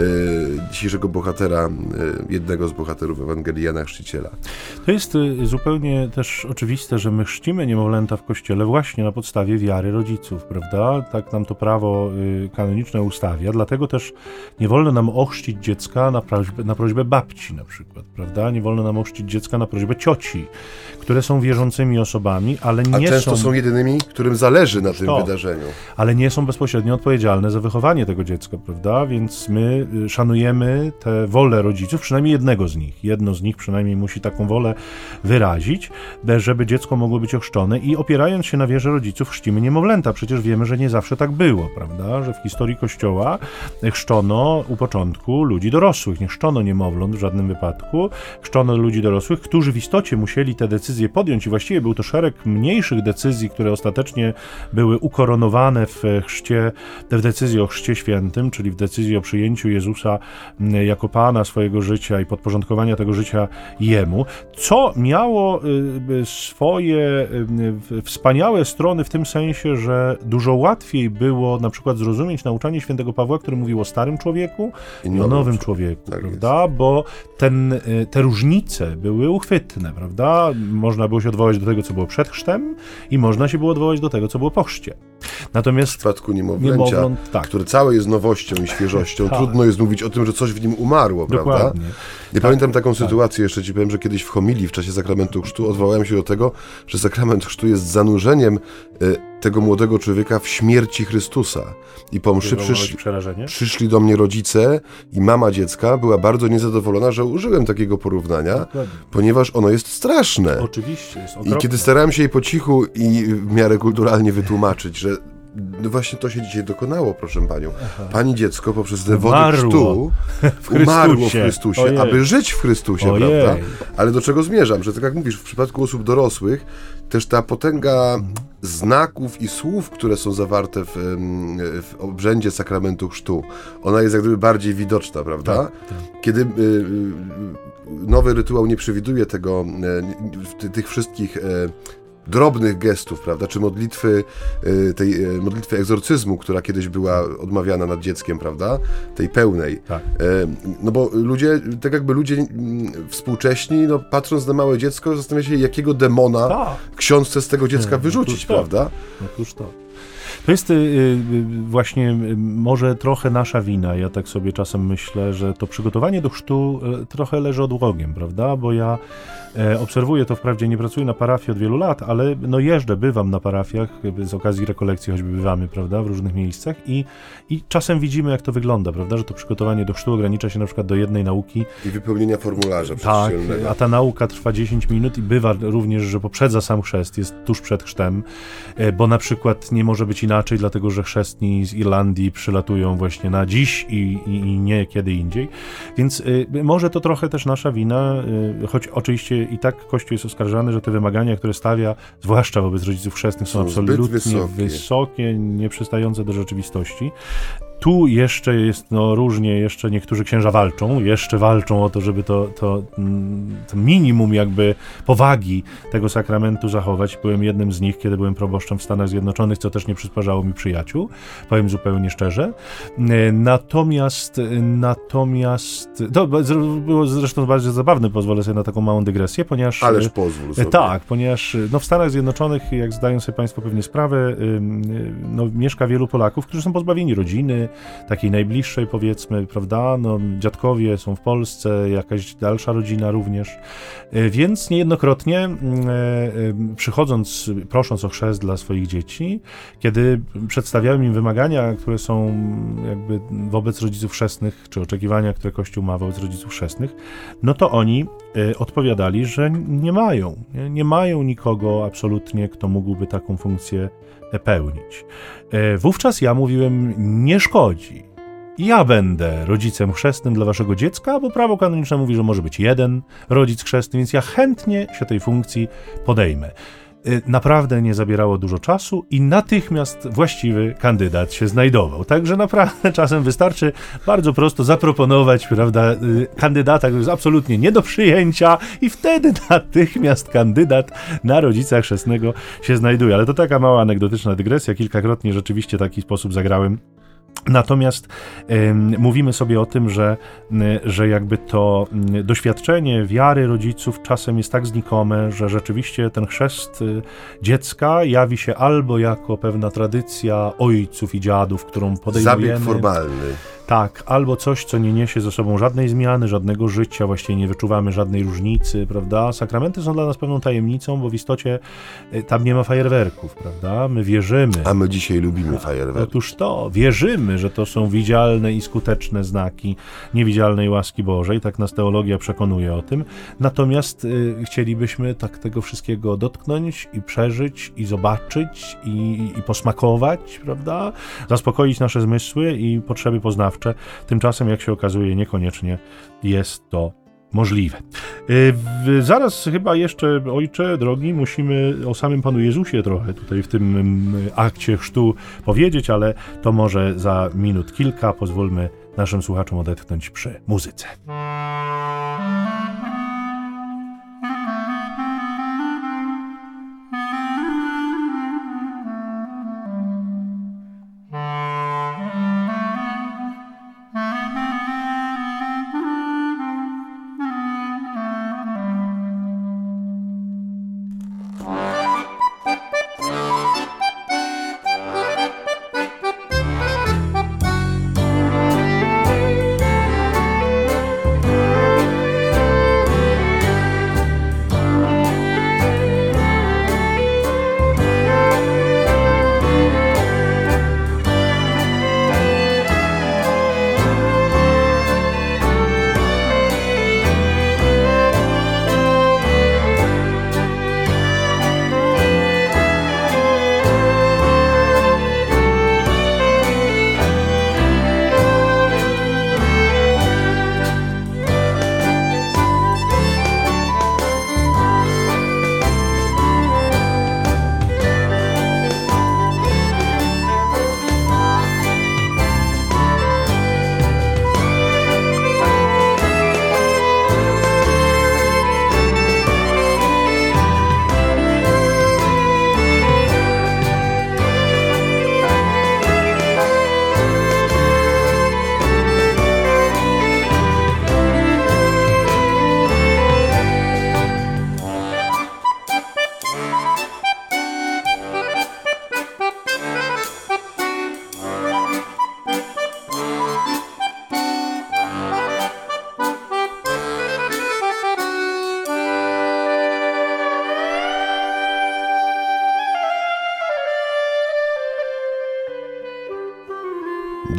e, dzisiejszego bohatera, e, jednego z bohaterów Ewangelii Jana Chrzciciela. To jest y, zupełnie też oczywiste, że my chrzcimy niemowlęta w Kościele właśnie na podstawie wiary rodziców, prawda? Tak nam to prawo y, kanoniczne ustawia, dlatego też nie wolno nam ochrzcić dziecka na prośbę, na prośbę babci na przykład, prawda? Nie wolno nam ochrzcić dziecka na prośbę cioci, które są wierzącymi osobami, ale nie A często są... są jedynymi, którym zależy na tym to, wydarzeniu. Ale nie są bezpośrednio odpowiedzialne za wychowanie tego dziecka, prawda? Więc my szanujemy tę wolę rodziców, przynajmniej jednego z nich. Jedno z nich przynajmniej musi taką wolę wyrazić, żeby dziecko mogło być ochrzczone i opierając się na wierze rodziców chrzcimy niemowlęta. Przecież wiemy, że nie zawsze tak było, prawda? Że w historii Kościoła chrzczono u początku ludzi dorosłych. Nie chrzczono niemowląt w żadnym wypadku. Chrzczono ludzi dorosłych, którzy w istocie musieli te decyzje podjąć i właściwie był to szereg mniejszych decyzji, które ostatecznie były ukoronowane w chrzcie, w decyzji o chrzcie świętym, czyli w decyzji o przyjęciu Jezusa jako Pana swojego życia i podporządkowania tego życia Jemu, co miało swoje wspaniałe strony w tym sensie, że dużo łatwiej było na przykład zrozumieć nauczanie świętego Pawła, który mówił o starym człowieku i, i o nowym człowieku, tak prawda? Jest. Bo ten, te różnice były uchwytne, prawda? Można było się odwołać do tego, co było przed chrztem i można się było odwołać do tego, co było po chrzcie. Natomiast w przypadku niemowlęcia, niemowląt, tak. które całe jest nowością i świeżością, tak. trudno jest mówić o tym, że coś w nim umarło, Dokładnie. prawda? Ja tak, pamiętam taką tak. sytuację, jeszcze ci powiem, że kiedyś w homilii w czasie sakramentu chrztu odwołałem się do tego, że sakrament chrztu jest zanurzeniem y, tego młodego człowieka w śmierci Chrystusa. I po mszy przyszli, przyszli do mnie rodzice i mama dziecka była bardzo niezadowolona, że użyłem takiego porównania, Dokładnie. ponieważ ono jest straszne. Oczywiście, jest okropne. I kiedy starałem się jej po cichu i w miarę kulturalnie wytłumaczyć, że no właśnie to się dzisiaj dokonało, proszę panią. Aha. Pani dziecko poprzez tę wodę Umarło chrztu w umarło w Chrystusie, Ojej. aby żyć w Chrystusie, Ojej. prawda? Ale do czego zmierzam? Że tak jak mówisz, w przypadku osób dorosłych też ta potęga mhm. znaków i słów, które są zawarte w, w obrzędzie sakramentu chrztu, ona jest jak gdyby bardziej widoczna, prawda? Tak, tak. Kiedy y, y, nowy rytuał nie przewiduje tego, y, tych wszystkich y, drobnych gestów, prawda, czy modlitwy, tej modlitwy egzorcyzmu, która kiedyś była odmawiana nad dzieckiem, prawda, tej pełnej. Tak. No bo ludzie, tak jakby ludzie współcześni, no patrząc na małe dziecko, zastanawiają się, jakiego demona tak. ksiądz chce z tego dziecka Nie, wyrzucić, no prawda? Otóż to. To jest y, właśnie y, może trochę nasza wina. Ja tak sobie czasem myślę, że to przygotowanie do chrztu y, trochę leży odłogiem, prawda? Bo ja y, obserwuję to, wprawdzie nie pracuję na parafii od wielu lat, ale no jeżdżę, bywam na parafiach, z okazji rekolekcji choćby bywamy, prawda, w różnych miejscach i, i czasem widzimy, jak to wygląda, prawda, że to przygotowanie do chrztu ogranicza się na przykład do jednej nauki. I wypełnienia formularza tak, a ta nauka trwa dziesięć minut i bywa również, że poprzedza sam chrzest, jest tuż przed chrztem, y, bo na przykład nie może być inaczej, dlatego że chrzestni z Irlandii przylatują właśnie na dziś i, i, i nie kiedy indziej. Więc y, może to trochę też nasza wina, y, choć oczywiście i tak Kościół jest oskarżany, że te wymagania, które stawia, zwłaszcza wobec rodziców chrzestnych, są, są absolutnie wysokie. wysokie, nieprzystające do rzeczywistości. Tu jeszcze jest, no różnie, jeszcze niektórzy księża walczą, jeszcze walczą o to, żeby to, to, to minimum jakby powagi tego sakramentu zachować. Byłem jednym z nich, kiedy byłem proboszczem w Stanach Zjednoczonych, co też nie przysparzało mi przyjaciół, powiem zupełnie szczerze. Natomiast, natomiast, to było zresztą bardzo zabawne, pozwolę sobie na taką małą dygresję, ponieważ... Ależ pozwól sobie. Tak, ponieważ no w Stanach Zjednoczonych, jak zdają sobie Państwo pewnie sprawę, no, mieszka wielu Polaków, którzy są pozbawieni rodziny, takiej najbliższej powiedzmy, prawda, no dziadkowie są w Polsce, jakaś dalsza rodzina również, więc niejednokrotnie przychodząc, prosząc o chrzest dla swoich dzieci, kiedy przedstawiałem im wymagania, które są jakby wobec rodziców chrzestnych, czy oczekiwania, które Kościół ma wobec rodziców chrzestnych, no to oni odpowiadali, że nie mają, nie, nie mają nikogo absolutnie, kto mógłby taką funkcję pełnić. Wówczas ja mówiłem, nie szkodzi. Ja będę rodzicem chrzestnym dla waszego dziecka, bo prawo kanoniczne mówi, że może być jeden rodzic chrzestny, więc ja chętnie się tej funkcji podejmę. Naprawdę nie zabierało dużo czasu i natychmiast właściwy kandydat się znajdował. Także naprawdę czasem wystarczy bardzo prosto zaproponować, prawda, kandydata, który jest absolutnie nie do przyjęcia i wtedy natychmiast kandydat na rodzica chrzestnego się znajduje. Ale to taka mała anegdotyczna dygresja. Kilkakrotnie rzeczywiście w taki sposób zagrałem. Natomiast y, mówimy sobie o tym, że, y, że jakby to y, doświadczenie wiary rodziców czasem jest tak znikome, że rzeczywiście ten chrzest y, dziecka jawi się albo jako pewna tradycja ojców i dziadów, którą podejmujemy. Zabieg formalny. Tak, albo coś, co nie niesie ze sobą żadnej zmiany, żadnego życia, właściwie nie wyczuwamy żadnej różnicy, prawda? Sakramenty są dla nas pewną tajemnicą, bo w istocie tam nie ma fajerwerków, prawda? My wierzymy. A my dzisiaj lubimy fajerwerki. Otóż to, wierzymy, że to są widzialne i skuteczne znaki niewidzialnej łaski Bożej, tak nas teologia przekonuje o tym. Natomiast y, chcielibyśmy tak tego wszystkiego dotknąć i przeżyć, i zobaczyć, i, i posmakować, prawda? Zaspokoić nasze zmysły i potrzeby poznawcze. Tymczasem, jak się okazuje, niekoniecznie jest to możliwe. Yy, zaraz chyba jeszcze, ojcze drogi, musimy o samym Panu Jezusie trochę tutaj w tym yy, akcie chrztu powiedzieć, ale to może za minut kilka. Pozwólmy naszym słuchaczom odetchnąć przy muzyce.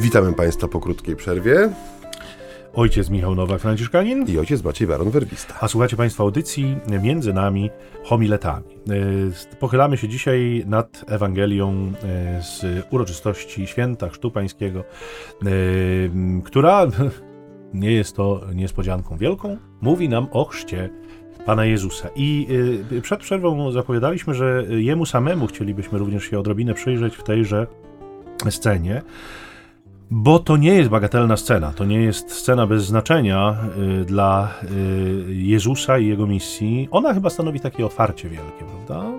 Witamy Państwa po krótkiej przerwie. Ojciec Michał Nowak-Franciszkanin i ojciec Maciej Baron-Werbista. A słuchacie Państwo audycji Między nami homiletami. Pochylamy się dzisiaj nad Ewangelią z uroczystości Święta Chrztu Pańskiego, która, nie jest to niespodzianką wielką, mówi nam o chrzcie Pana Jezusa. I przed przerwą zapowiadaliśmy, że Jemu samemu chcielibyśmy również się odrobinę przyjrzeć w tejże scenie, bo to nie jest bagatelna scena, to nie jest scena bez znaczenia y, dla y, Jezusa i Jego misji. Ona chyba stanowi takie otwarcie wielkie, prawda?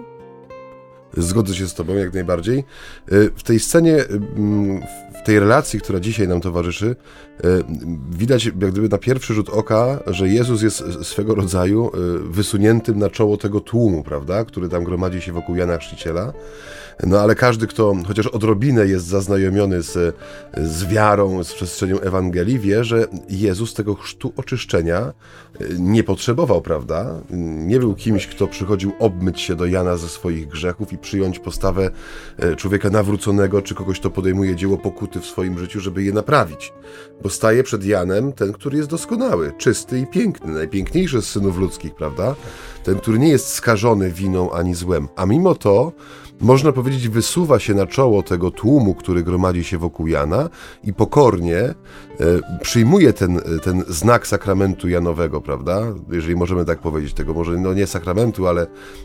Zgodzę się z Tobą jak najbardziej. W tej scenie, w tej relacji, która dzisiaj nam towarzyszy, widać jak gdyby na pierwszy rzut oka, że Jezus jest swego rodzaju wysuniętym na czoło tego tłumu, prawda, który tam gromadzi się wokół Jana Chrzciciela. No ale każdy, kto chociaż odrobinę jest zaznajomiony z, z wiarą, z przestrzenią Ewangelii, wie, że Jezus tego chrztu oczyszczenia nie potrzebował, prawda? Nie był kimś, kto przychodził obmyć się do Jana ze swoich grzechów i przyjąć postawę człowieka nawróconego, czy kogoś, kto podejmuje dzieło pokuty w swoim życiu, żeby je naprawić. Bo staje przed Janem ten, który jest doskonały, czysty i piękny, najpiękniejszy z synów ludzkich, prawda? Ten, który nie jest skażony winą ani złem. A mimo to, można powiedzieć, wysuwa się na czoło tego tłumu, który gromadzi się wokół Jana i pokornie e, przyjmuje ten, ten znak sakramentu Janowego, prawda? Jeżeli możemy tak powiedzieć, tego może no nie sakramentu, ale e,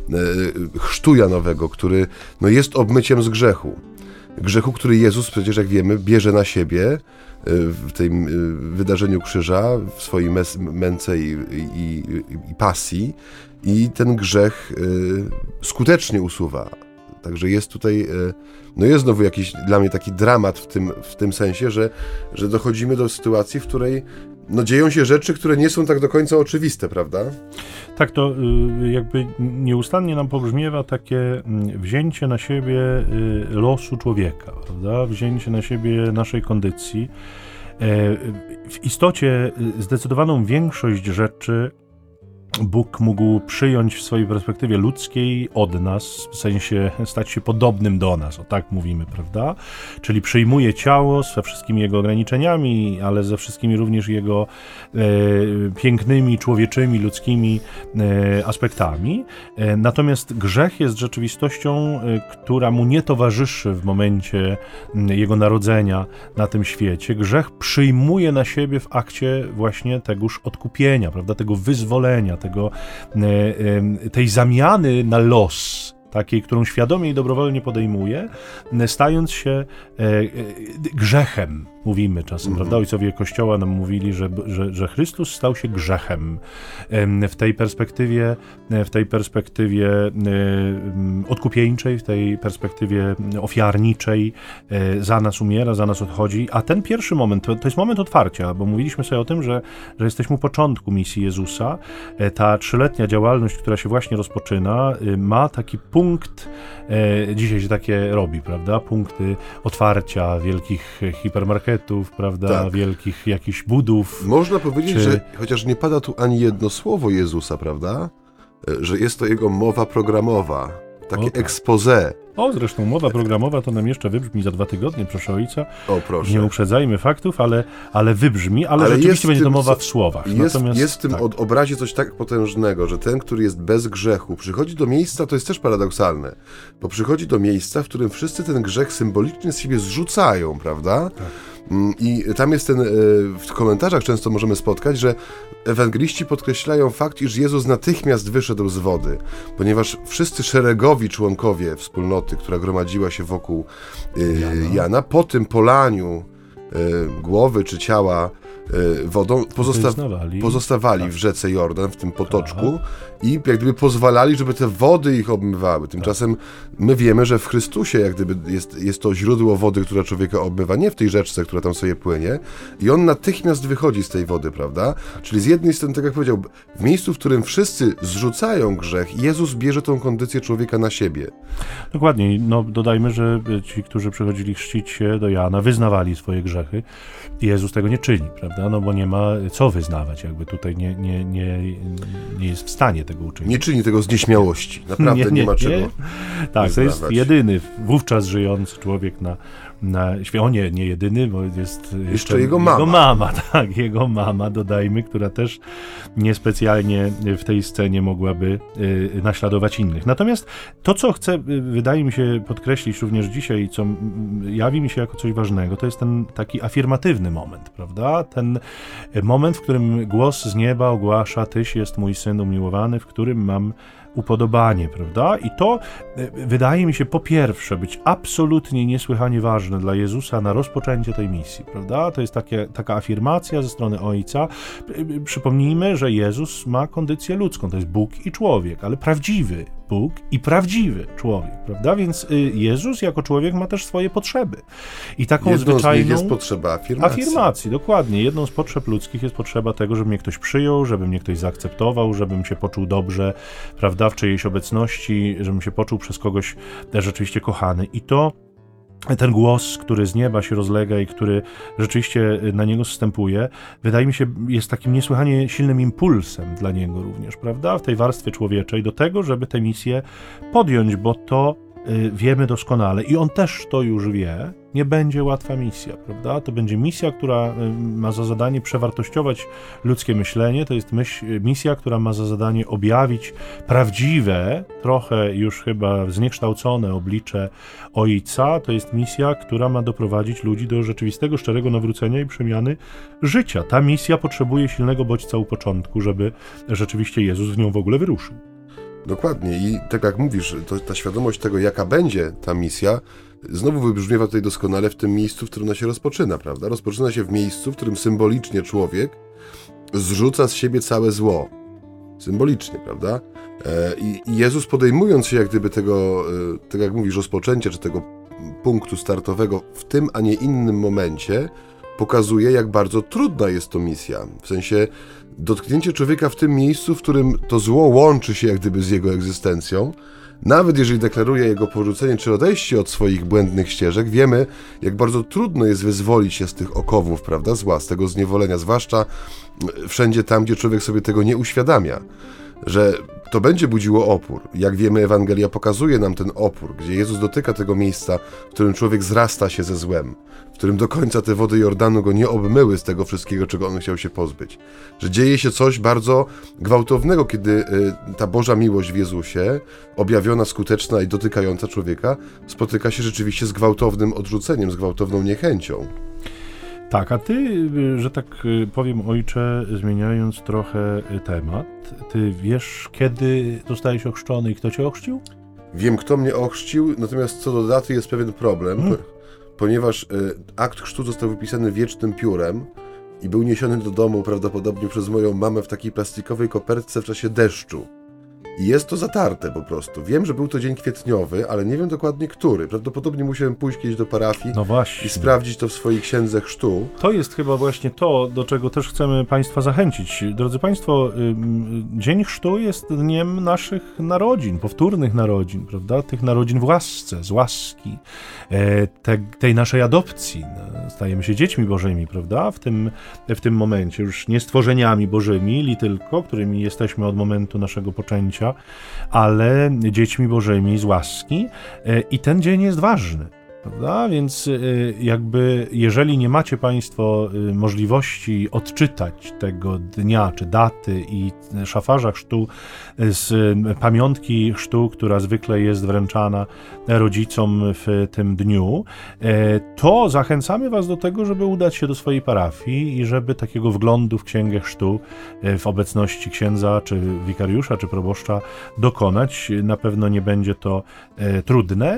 chrztu Janowego, który no, jest obmyciem z grzechu. Grzechu, który Jezus przecież, jak wiemy, bierze na siebie w tym wydarzeniu krzyża, w swojej mes- męce i, i, i pasji, i ten grzech y, skutecznie usuwa. Także jest tutaj, no jest znowu jakiś dla mnie taki dramat w tym, w tym sensie, że, że dochodzimy do sytuacji, w której no dzieją się rzeczy, które nie są tak do końca oczywiste, prawda? Tak, to jakby nieustannie nam pobrzmiewa takie wzięcie na siebie losu człowieka, prawda? Wzięcie na siebie naszej kondycji. W istocie zdecydowaną większość rzeczy Bóg mógł przyjąć w swojej perspektywie ludzkiej od nas, w sensie stać się podobnym do nas, o tak mówimy, prawda? Czyli przyjmuje ciało ze wszystkimi jego ograniczeniami, ale ze wszystkimi również jego e, pięknymi, człowieczymi, ludzkimi e, aspektami. E, natomiast grzech jest rzeczywistością, e, która mu nie towarzyszy w momencie m, jego narodzenia na tym świecie. Grzech przyjmuje na siebie w akcie właśnie tegoż odkupienia, prawda? Tego wyzwolenia, tego, tej zamiany na los, takiej, którą świadomie i dobrowolnie podejmuje, stając się grzechem. Mówimy czasem, mm. prawda? Ojcowie Kościoła nam mówili, że, że, że Chrystus stał się grzechem. W tej perspektywie, w tej perspektywie odkupieńczej, w tej perspektywie ofiarniczej za nas umiera, za nas odchodzi. A ten pierwszy moment, to, to jest moment otwarcia, bo mówiliśmy sobie o tym, że, że jesteśmy u początku misji Jezusa. Ta trzyletnia działalność, która się właśnie rozpoczyna, ma taki punkt, dzisiaj się takie robi, prawda? Punkty otwarcia wielkich hipermarketów, prawda, tak. Wielkich jakichś budów. Można powiedzieć, czy... że chociaż nie pada tu ani jedno słowo Jezusa, prawda, że jest to jego mowa programowa, takie tak. expose. O, zresztą mowa programowa to nam jeszcze wybrzmi za dwa tygodnie, proszę ojca. O, proszę. Nie uprzedzajmy faktów, ale, ale wybrzmi, ale, ale rzeczywiście będzie to mowa w słowach. Jest, Natomiast, jest w tym tak. obrazie coś tak potężnego, że ten, który jest bez grzechu, przychodzi do miejsca, to jest też paradoksalne, bo przychodzi do miejsca, w którym wszyscy ten grzech symbolicznie z siebie zrzucają, prawda? Tak. I tam jest ten, w komentarzach często możemy spotkać, że ewangeliści podkreślają fakt, iż Jezus natychmiast wyszedł z wody, ponieważ wszyscy szeregowi członkowie wspólnoty, która gromadziła się wokół Jana, Jana po tym polaniu głowy czy ciała wodą pozosta- pozostawali tak. w rzece Jordan, w tym potoczku tak. i jak gdyby pozwalali, żeby te wody ich obmywały. Tymczasem my wiemy, że w Chrystusie jak gdyby jest, jest to źródło wody, która człowieka obmywa, nie w tej rzeczce, która tam sobie płynie i on natychmiast wychodzi z tej wody, prawda? Czyli z jednej strony, tak jak powiedział, w miejscu, w którym wszyscy zrzucają grzech, Jezus bierze tą kondycję człowieka na siebie. Dokładnie. No dodajmy, że ci, którzy przychodzili chrzcić się do Jana, wyznawali swoje grzechy. Jezus tego nie czyni, prawda? No bo nie ma co wyznawać, jakby tutaj nie, nie, nie, nie jest w stanie tego uczynić. Nie czyni tego z nieśmiałości, naprawdę nie, nie, nie ma czego nie. Tak, wyznawać. To jest jedyny wówczas żyjący człowiek na, na świecie. O nie, nie jedyny, bo jest jeszcze, jeszcze jego mama. Jego mama, tak, jego mama, dodajmy, która też niespecjalnie w tej scenie mogłaby y, naśladować innych. Natomiast to, co chcę, y, wydaje mi się, podkreślić również dzisiaj, co m, jawi mi się jako coś ważnego, to jest ten taki afirmatywny moment, prawda? Ten moment, w którym głos z nieba ogłasza: Tyś jest mój syn umiłowany, w którym mam upodobanie, prawda? I to y, wydaje mi się po pierwsze być absolutnie niesłychanie ważne dla Jezusa na rozpoczęcie tej misji, prawda? To jest takie, taka afirmacja ze strony Ojca. Y, y, przypomnijmy, że Jezus ma kondycję ludzką, to jest Bóg i człowiek, ale prawdziwy Bóg i prawdziwy człowiek, prawda? Więc y, Jezus jako człowiek ma też swoje potrzeby. I taką Jedną zwyczajną... z nich jest potrzeba afirmacji. Afirmacji, dokładnie. Jedną z potrzeb ludzkich jest potrzeba tego, żeby mnie ktoś przyjął, żeby mnie ktoś zaakceptował, żebym się poczuł dobrze, prawda, w czyjejś obecności, żebym się poczuł przez kogoś rzeczywiście kochany. I to ten głos, który z nieba się rozlega i który rzeczywiście na niego zstępuje, wydaje mi się, jest takim niesłychanie silnym impulsem dla niego również, prawda, w tej warstwie człowieczej, do tego, żeby tę misję podjąć, bo to y, wiemy doskonale i on też to już wie, nie będzie łatwa misja, prawda? To będzie misja, która y, ma za zadanie przewartościować ludzkie myślenie, to jest myśl, misja, która ma za zadanie objawić prawdziwe, trochę już chyba zniekształcone oblicze Ojca, to jest misja, która ma doprowadzić ludzi do rzeczywistego, szczerego nawrócenia i przemiany życia. Ta misja potrzebuje silnego bodźca u początku, żeby rzeczywiście Jezus w nią w ogóle wyruszył. Dokładnie i tak jak mówisz, to, ta świadomość tego, jaka będzie ta misja, znowu wybrzmiewa tutaj doskonale w tym miejscu, w którym ona się rozpoczyna, prawda? Rozpoczyna się w miejscu, w którym symbolicznie człowiek zrzuca z siebie całe zło. Symbolicznie, prawda? I, i Jezus, podejmując się jak gdyby tego, tak jak mówisz, rozpoczęcia, czy tego punktu startowego w tym, a nie innym momencie, pokazuje, jak bardzo trudna jest to misja. W sensie dotknięcie człowieka w tym miejscu, w którym to zło łączy się jak gdyby z jego egzystencją. Nawet jeżeli deklaruje jego porzucenie czy odejście od swoich błędnych ścieżek, wiemy, jak bardzo trudno jest wyzwolić się z tych okowów, prawda, zła, z tego zniewolenia, zwłaszcza wszędzie tam, gdzie człowiek sobie tego nie uświadamia, że to będzie budziło opór. Jak wiemy, Ewangelia pokazuje nam ten opór, gdzie Jezus dotyka tego miejsca, w którym człowiek zrasta się ze złem, w którym do końca te wody Jordanu go nie obmyły z tego wszystkiego, czego on chciał się pozbyć. Że dzieje się coś bardzo gwałtownego, kiedy y, ta Boża miłość w Jezusie, objawiona, skuteczna i dotykająca człowieka, spotyka się rzeczywiście z gwałtownym odrzuceniem, z gwałtowną niechęcią. Tak, a ty, że tak powiem, ojcze, zmieniając trochę temat, ty wiesz, kiedy zostałeś ochrzczony i kto cię ochrzcił? Wiem, kto mnie ochrzcił, natomiast co do daty jest pewien problem, hmm. ponieważ y, akt chrztu został wypisany wiecznym piórem i był niesiony do domu prawdopodobnie przez moją mamę w takiej plastikowej kopertce w czasie deszczu. I jest to zatarte po prostu. Wiem, że był to dzień kwietniowy, ale nie wiem dokładnie który. Prawdopodobnie musiałem pójść kiedyś do parafii no właśnie. i sprawdzić to w swojej księdze chrztu. To jest chyba właśnie to, do czego też chcemy Państwa zachęcić. Drodzy Państwo, dzień chrztu jest dniem naszych narodzin, powtórnych narodzin, prawda? Tych narodzin w łasce, z łaski, te, tej naszej adopcji. Stajemy się dziećmi bożymi, prawda? W tym, w tym momencie już nie stworzeniami bożymi, li tylko, którymi jesteśmy od momentu naszego poczęcia, ale dziećmi bożymi z łaski i ten dzień jest ważny, prawda? Więc jakby jeżeli nie macie Państwo możliwości odczytać tego dnia czy daty i szafarza chrztu z pamiątki chrztu, która zwykle jest wręczana rodzicom w tym dniu, to zachęcamy Was do tego, żeby udać się do swojej parafii i żeby takiego wglądu w księgę chrztu w obecności księdza, czy wikariusza, czy proboszcza dokonać. Na pewno nie będzie to trudne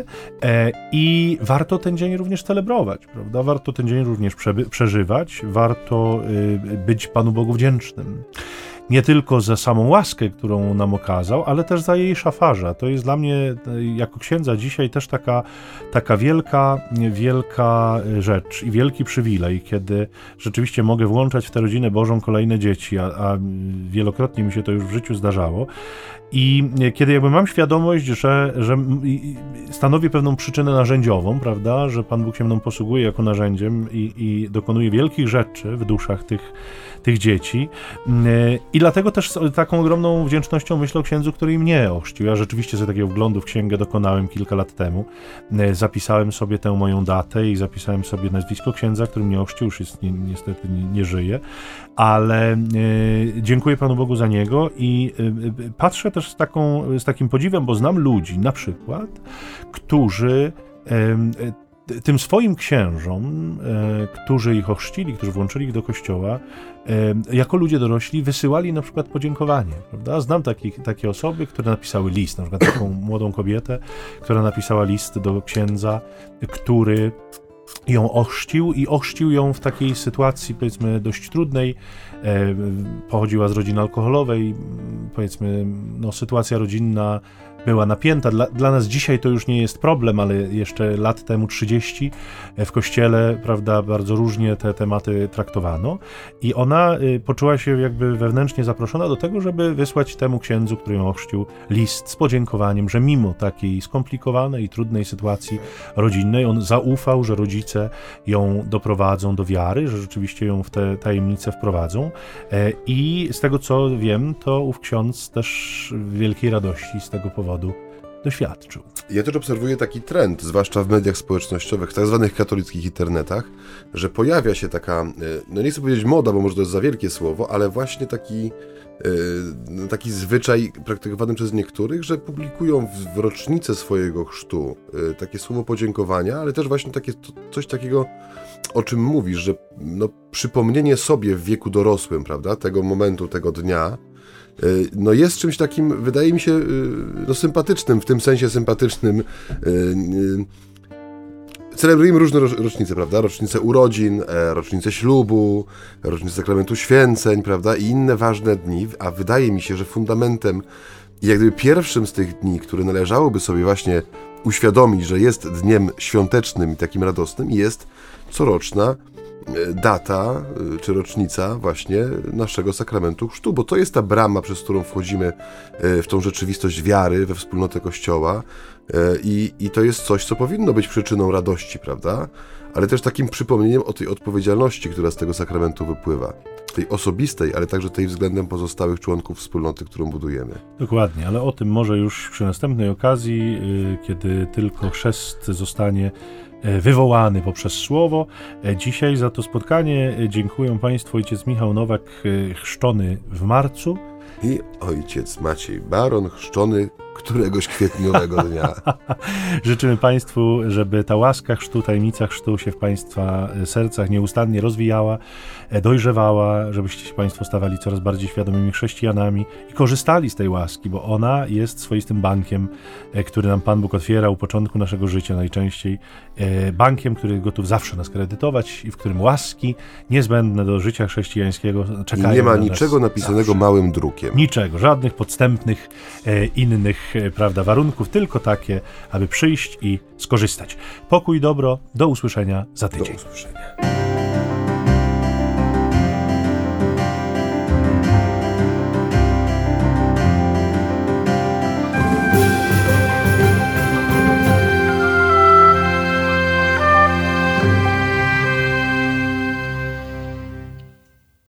i warto ten dzień również celebrować, prawda? Warto ten dzień również przeby- przeżywać, warto być Panu Bogu wdzięcznym. Nie tylko za samą łaskę, którą nam okazał, ale też za jej szafarza. To jest dla mnie, jako księdza dzisiaj, też taka, taka wielka, wielka rzecz i wielki przywilej, kiedy rzeczywiście mogę włączać w tę rodzinę Bożą kolejne dzieci, a, a wielokrotnie mi się to już w życiu zdarzało. I kiedy jakby mam świadomość, że, że stanowi pewną przyczynę narzędziową, prawda, że Pan Bóg się mną posługuje jako narzędziem i, i dokonuje wielkich rzeczy w duszach tych, tych dzieci. I dlatego też z taką ogromną wdzięcznością myślę o księdzu, który mnie ochrzcił. Ja rzeczywiście sobie takiego wglądu w księgę dokonałem kilka lat temu. Zapisałem sobie tę moją datę i zapisałem sobie nazwisko księdza, który mnie ochrzcił, już jest, ni niestety nie, nie żyje, ale e, dziękuję Panu Bogu za niego i e, patrzę też z, taką, z takim podziwem, bo znam ludzi na przykład, którzy e, tym swoim księżom, e, którzy ich ochrzcili, którzy włączyli ich do kościoła, e, jako ludzie dorośli wysyłali na przykład podziękowanie, prawda? Znam taki, takie osoby, które napisały list, na przykład taką młodą kobietę, która napisała list do księdza, który ją ochrzcił i ochrzcił ją w takiej sytuacji, powiedzmy, dość trudnej. E, pochodziła z rodziny alkoholowej, powiedzmy, no, sytuacja rodzinna była napięta. Dla, dla nas dzisiaj to już nie jest problem, ale jeszcze lat temu trzydzieści w kościele, prawda, bardzo różnie te tematy traktowano i ona y, poczuła się jakby wewnętrznie zaproszona do tego, żeby wysłać temu księdzu, który ją ochrzcił, list z podziękowaniem, że mimo takiej skomplikowanej i trudnej sytuacji rodzinnej on zaufał, że rodzice ją doprowadzą do wiary, że rzeczywiście ją w te tajemnice wprowadzą e, i z tego co wiem, to ów ksiądz też wielkiej radości z tego powodu doświadczył. Ja też obserwuję taki trend, zwłaszcza w mediach społecznościowych, w tak zwanych katolickich internetach, że pojawia się taka, no nie chcę powiedzieć moda, bo może to jest za wielkie słowo, ale właśnie taki, taki zwyczaj praktykowany przez niektórych, że publikują w rocznicę swojego chrztu takie słowo podziękowania, ale też właśnie takie, coś takiego, o czym mówisz, że no, przypomnienie sobie w wieku dorosłym, prawda, tego momentu, tego dnia, no jest czymś takim, wydaje mi się, no sympatycznym, w tym sensie sympatycznym. Celebrujemy różne rocznice, prawda? Rocznicę urodzin, rocznicę ślubu, rocznicę sakramentu święceń, prawda? I inne ważne dni, a wydaje mi się, że fundamentem i jak gdyby pierwszym z tych dni, które należałoby sobie właśnie uświadomić, że jest dniem świątecznym i takim radosnym, jest coroczna data czy rocznica właśnie naszego sakramentu chrztu, bo to jest ta brama, przez którą wchodzimy w tą rzeczywistość wiary, we wspólnotę Kościoła i, i to jest coś, co powinno być przyczyną radości, prawda? Ale też takim przypomnieniem o tej odpowiedzialności, która z tego sakramentu wypływa. Tej osobistej, ale także tej względem pozostałych członków wspólnoty, którą budujemy. Dokładnie, ale o tym może już przy następnej okazji, kiedy tylko chrzest zostanie wywołany poprzez słowo. Dzisiaj za to spotkanie dziękuję Państwu ojciec Michał Nowak, chrzczony w marcu. I ojciec Maciej Baron, chrzczony któregoś kwietniowego dnia. Życzymy Państwu, żeby ta łaska chrztu, tajemnica chrztu się w Państwa sercach nieustannie rozwijała, dojrzewała, żebyście się Państwo stawali coraz bardziej świadomymi chrześcijanami i korzystali z tej łaski, bo ona jest swoistym bankiem, który nam Pan Bóg otwiera u początku naszego życia najczęściej. Bankiem, który gotów zawsze nas kredytować i w którym łaski niezbędne do życia chrześcijańskiego czekają. I nie ma na niczego napisanego zawsze małym drukiem. Niczego, żadnych podstępnych, innych, prawda, warunków, tylko takie, aby przyjść i skorzystać. Pokój, dobro, do usłyszenia za tydzień. Do usłyszenia.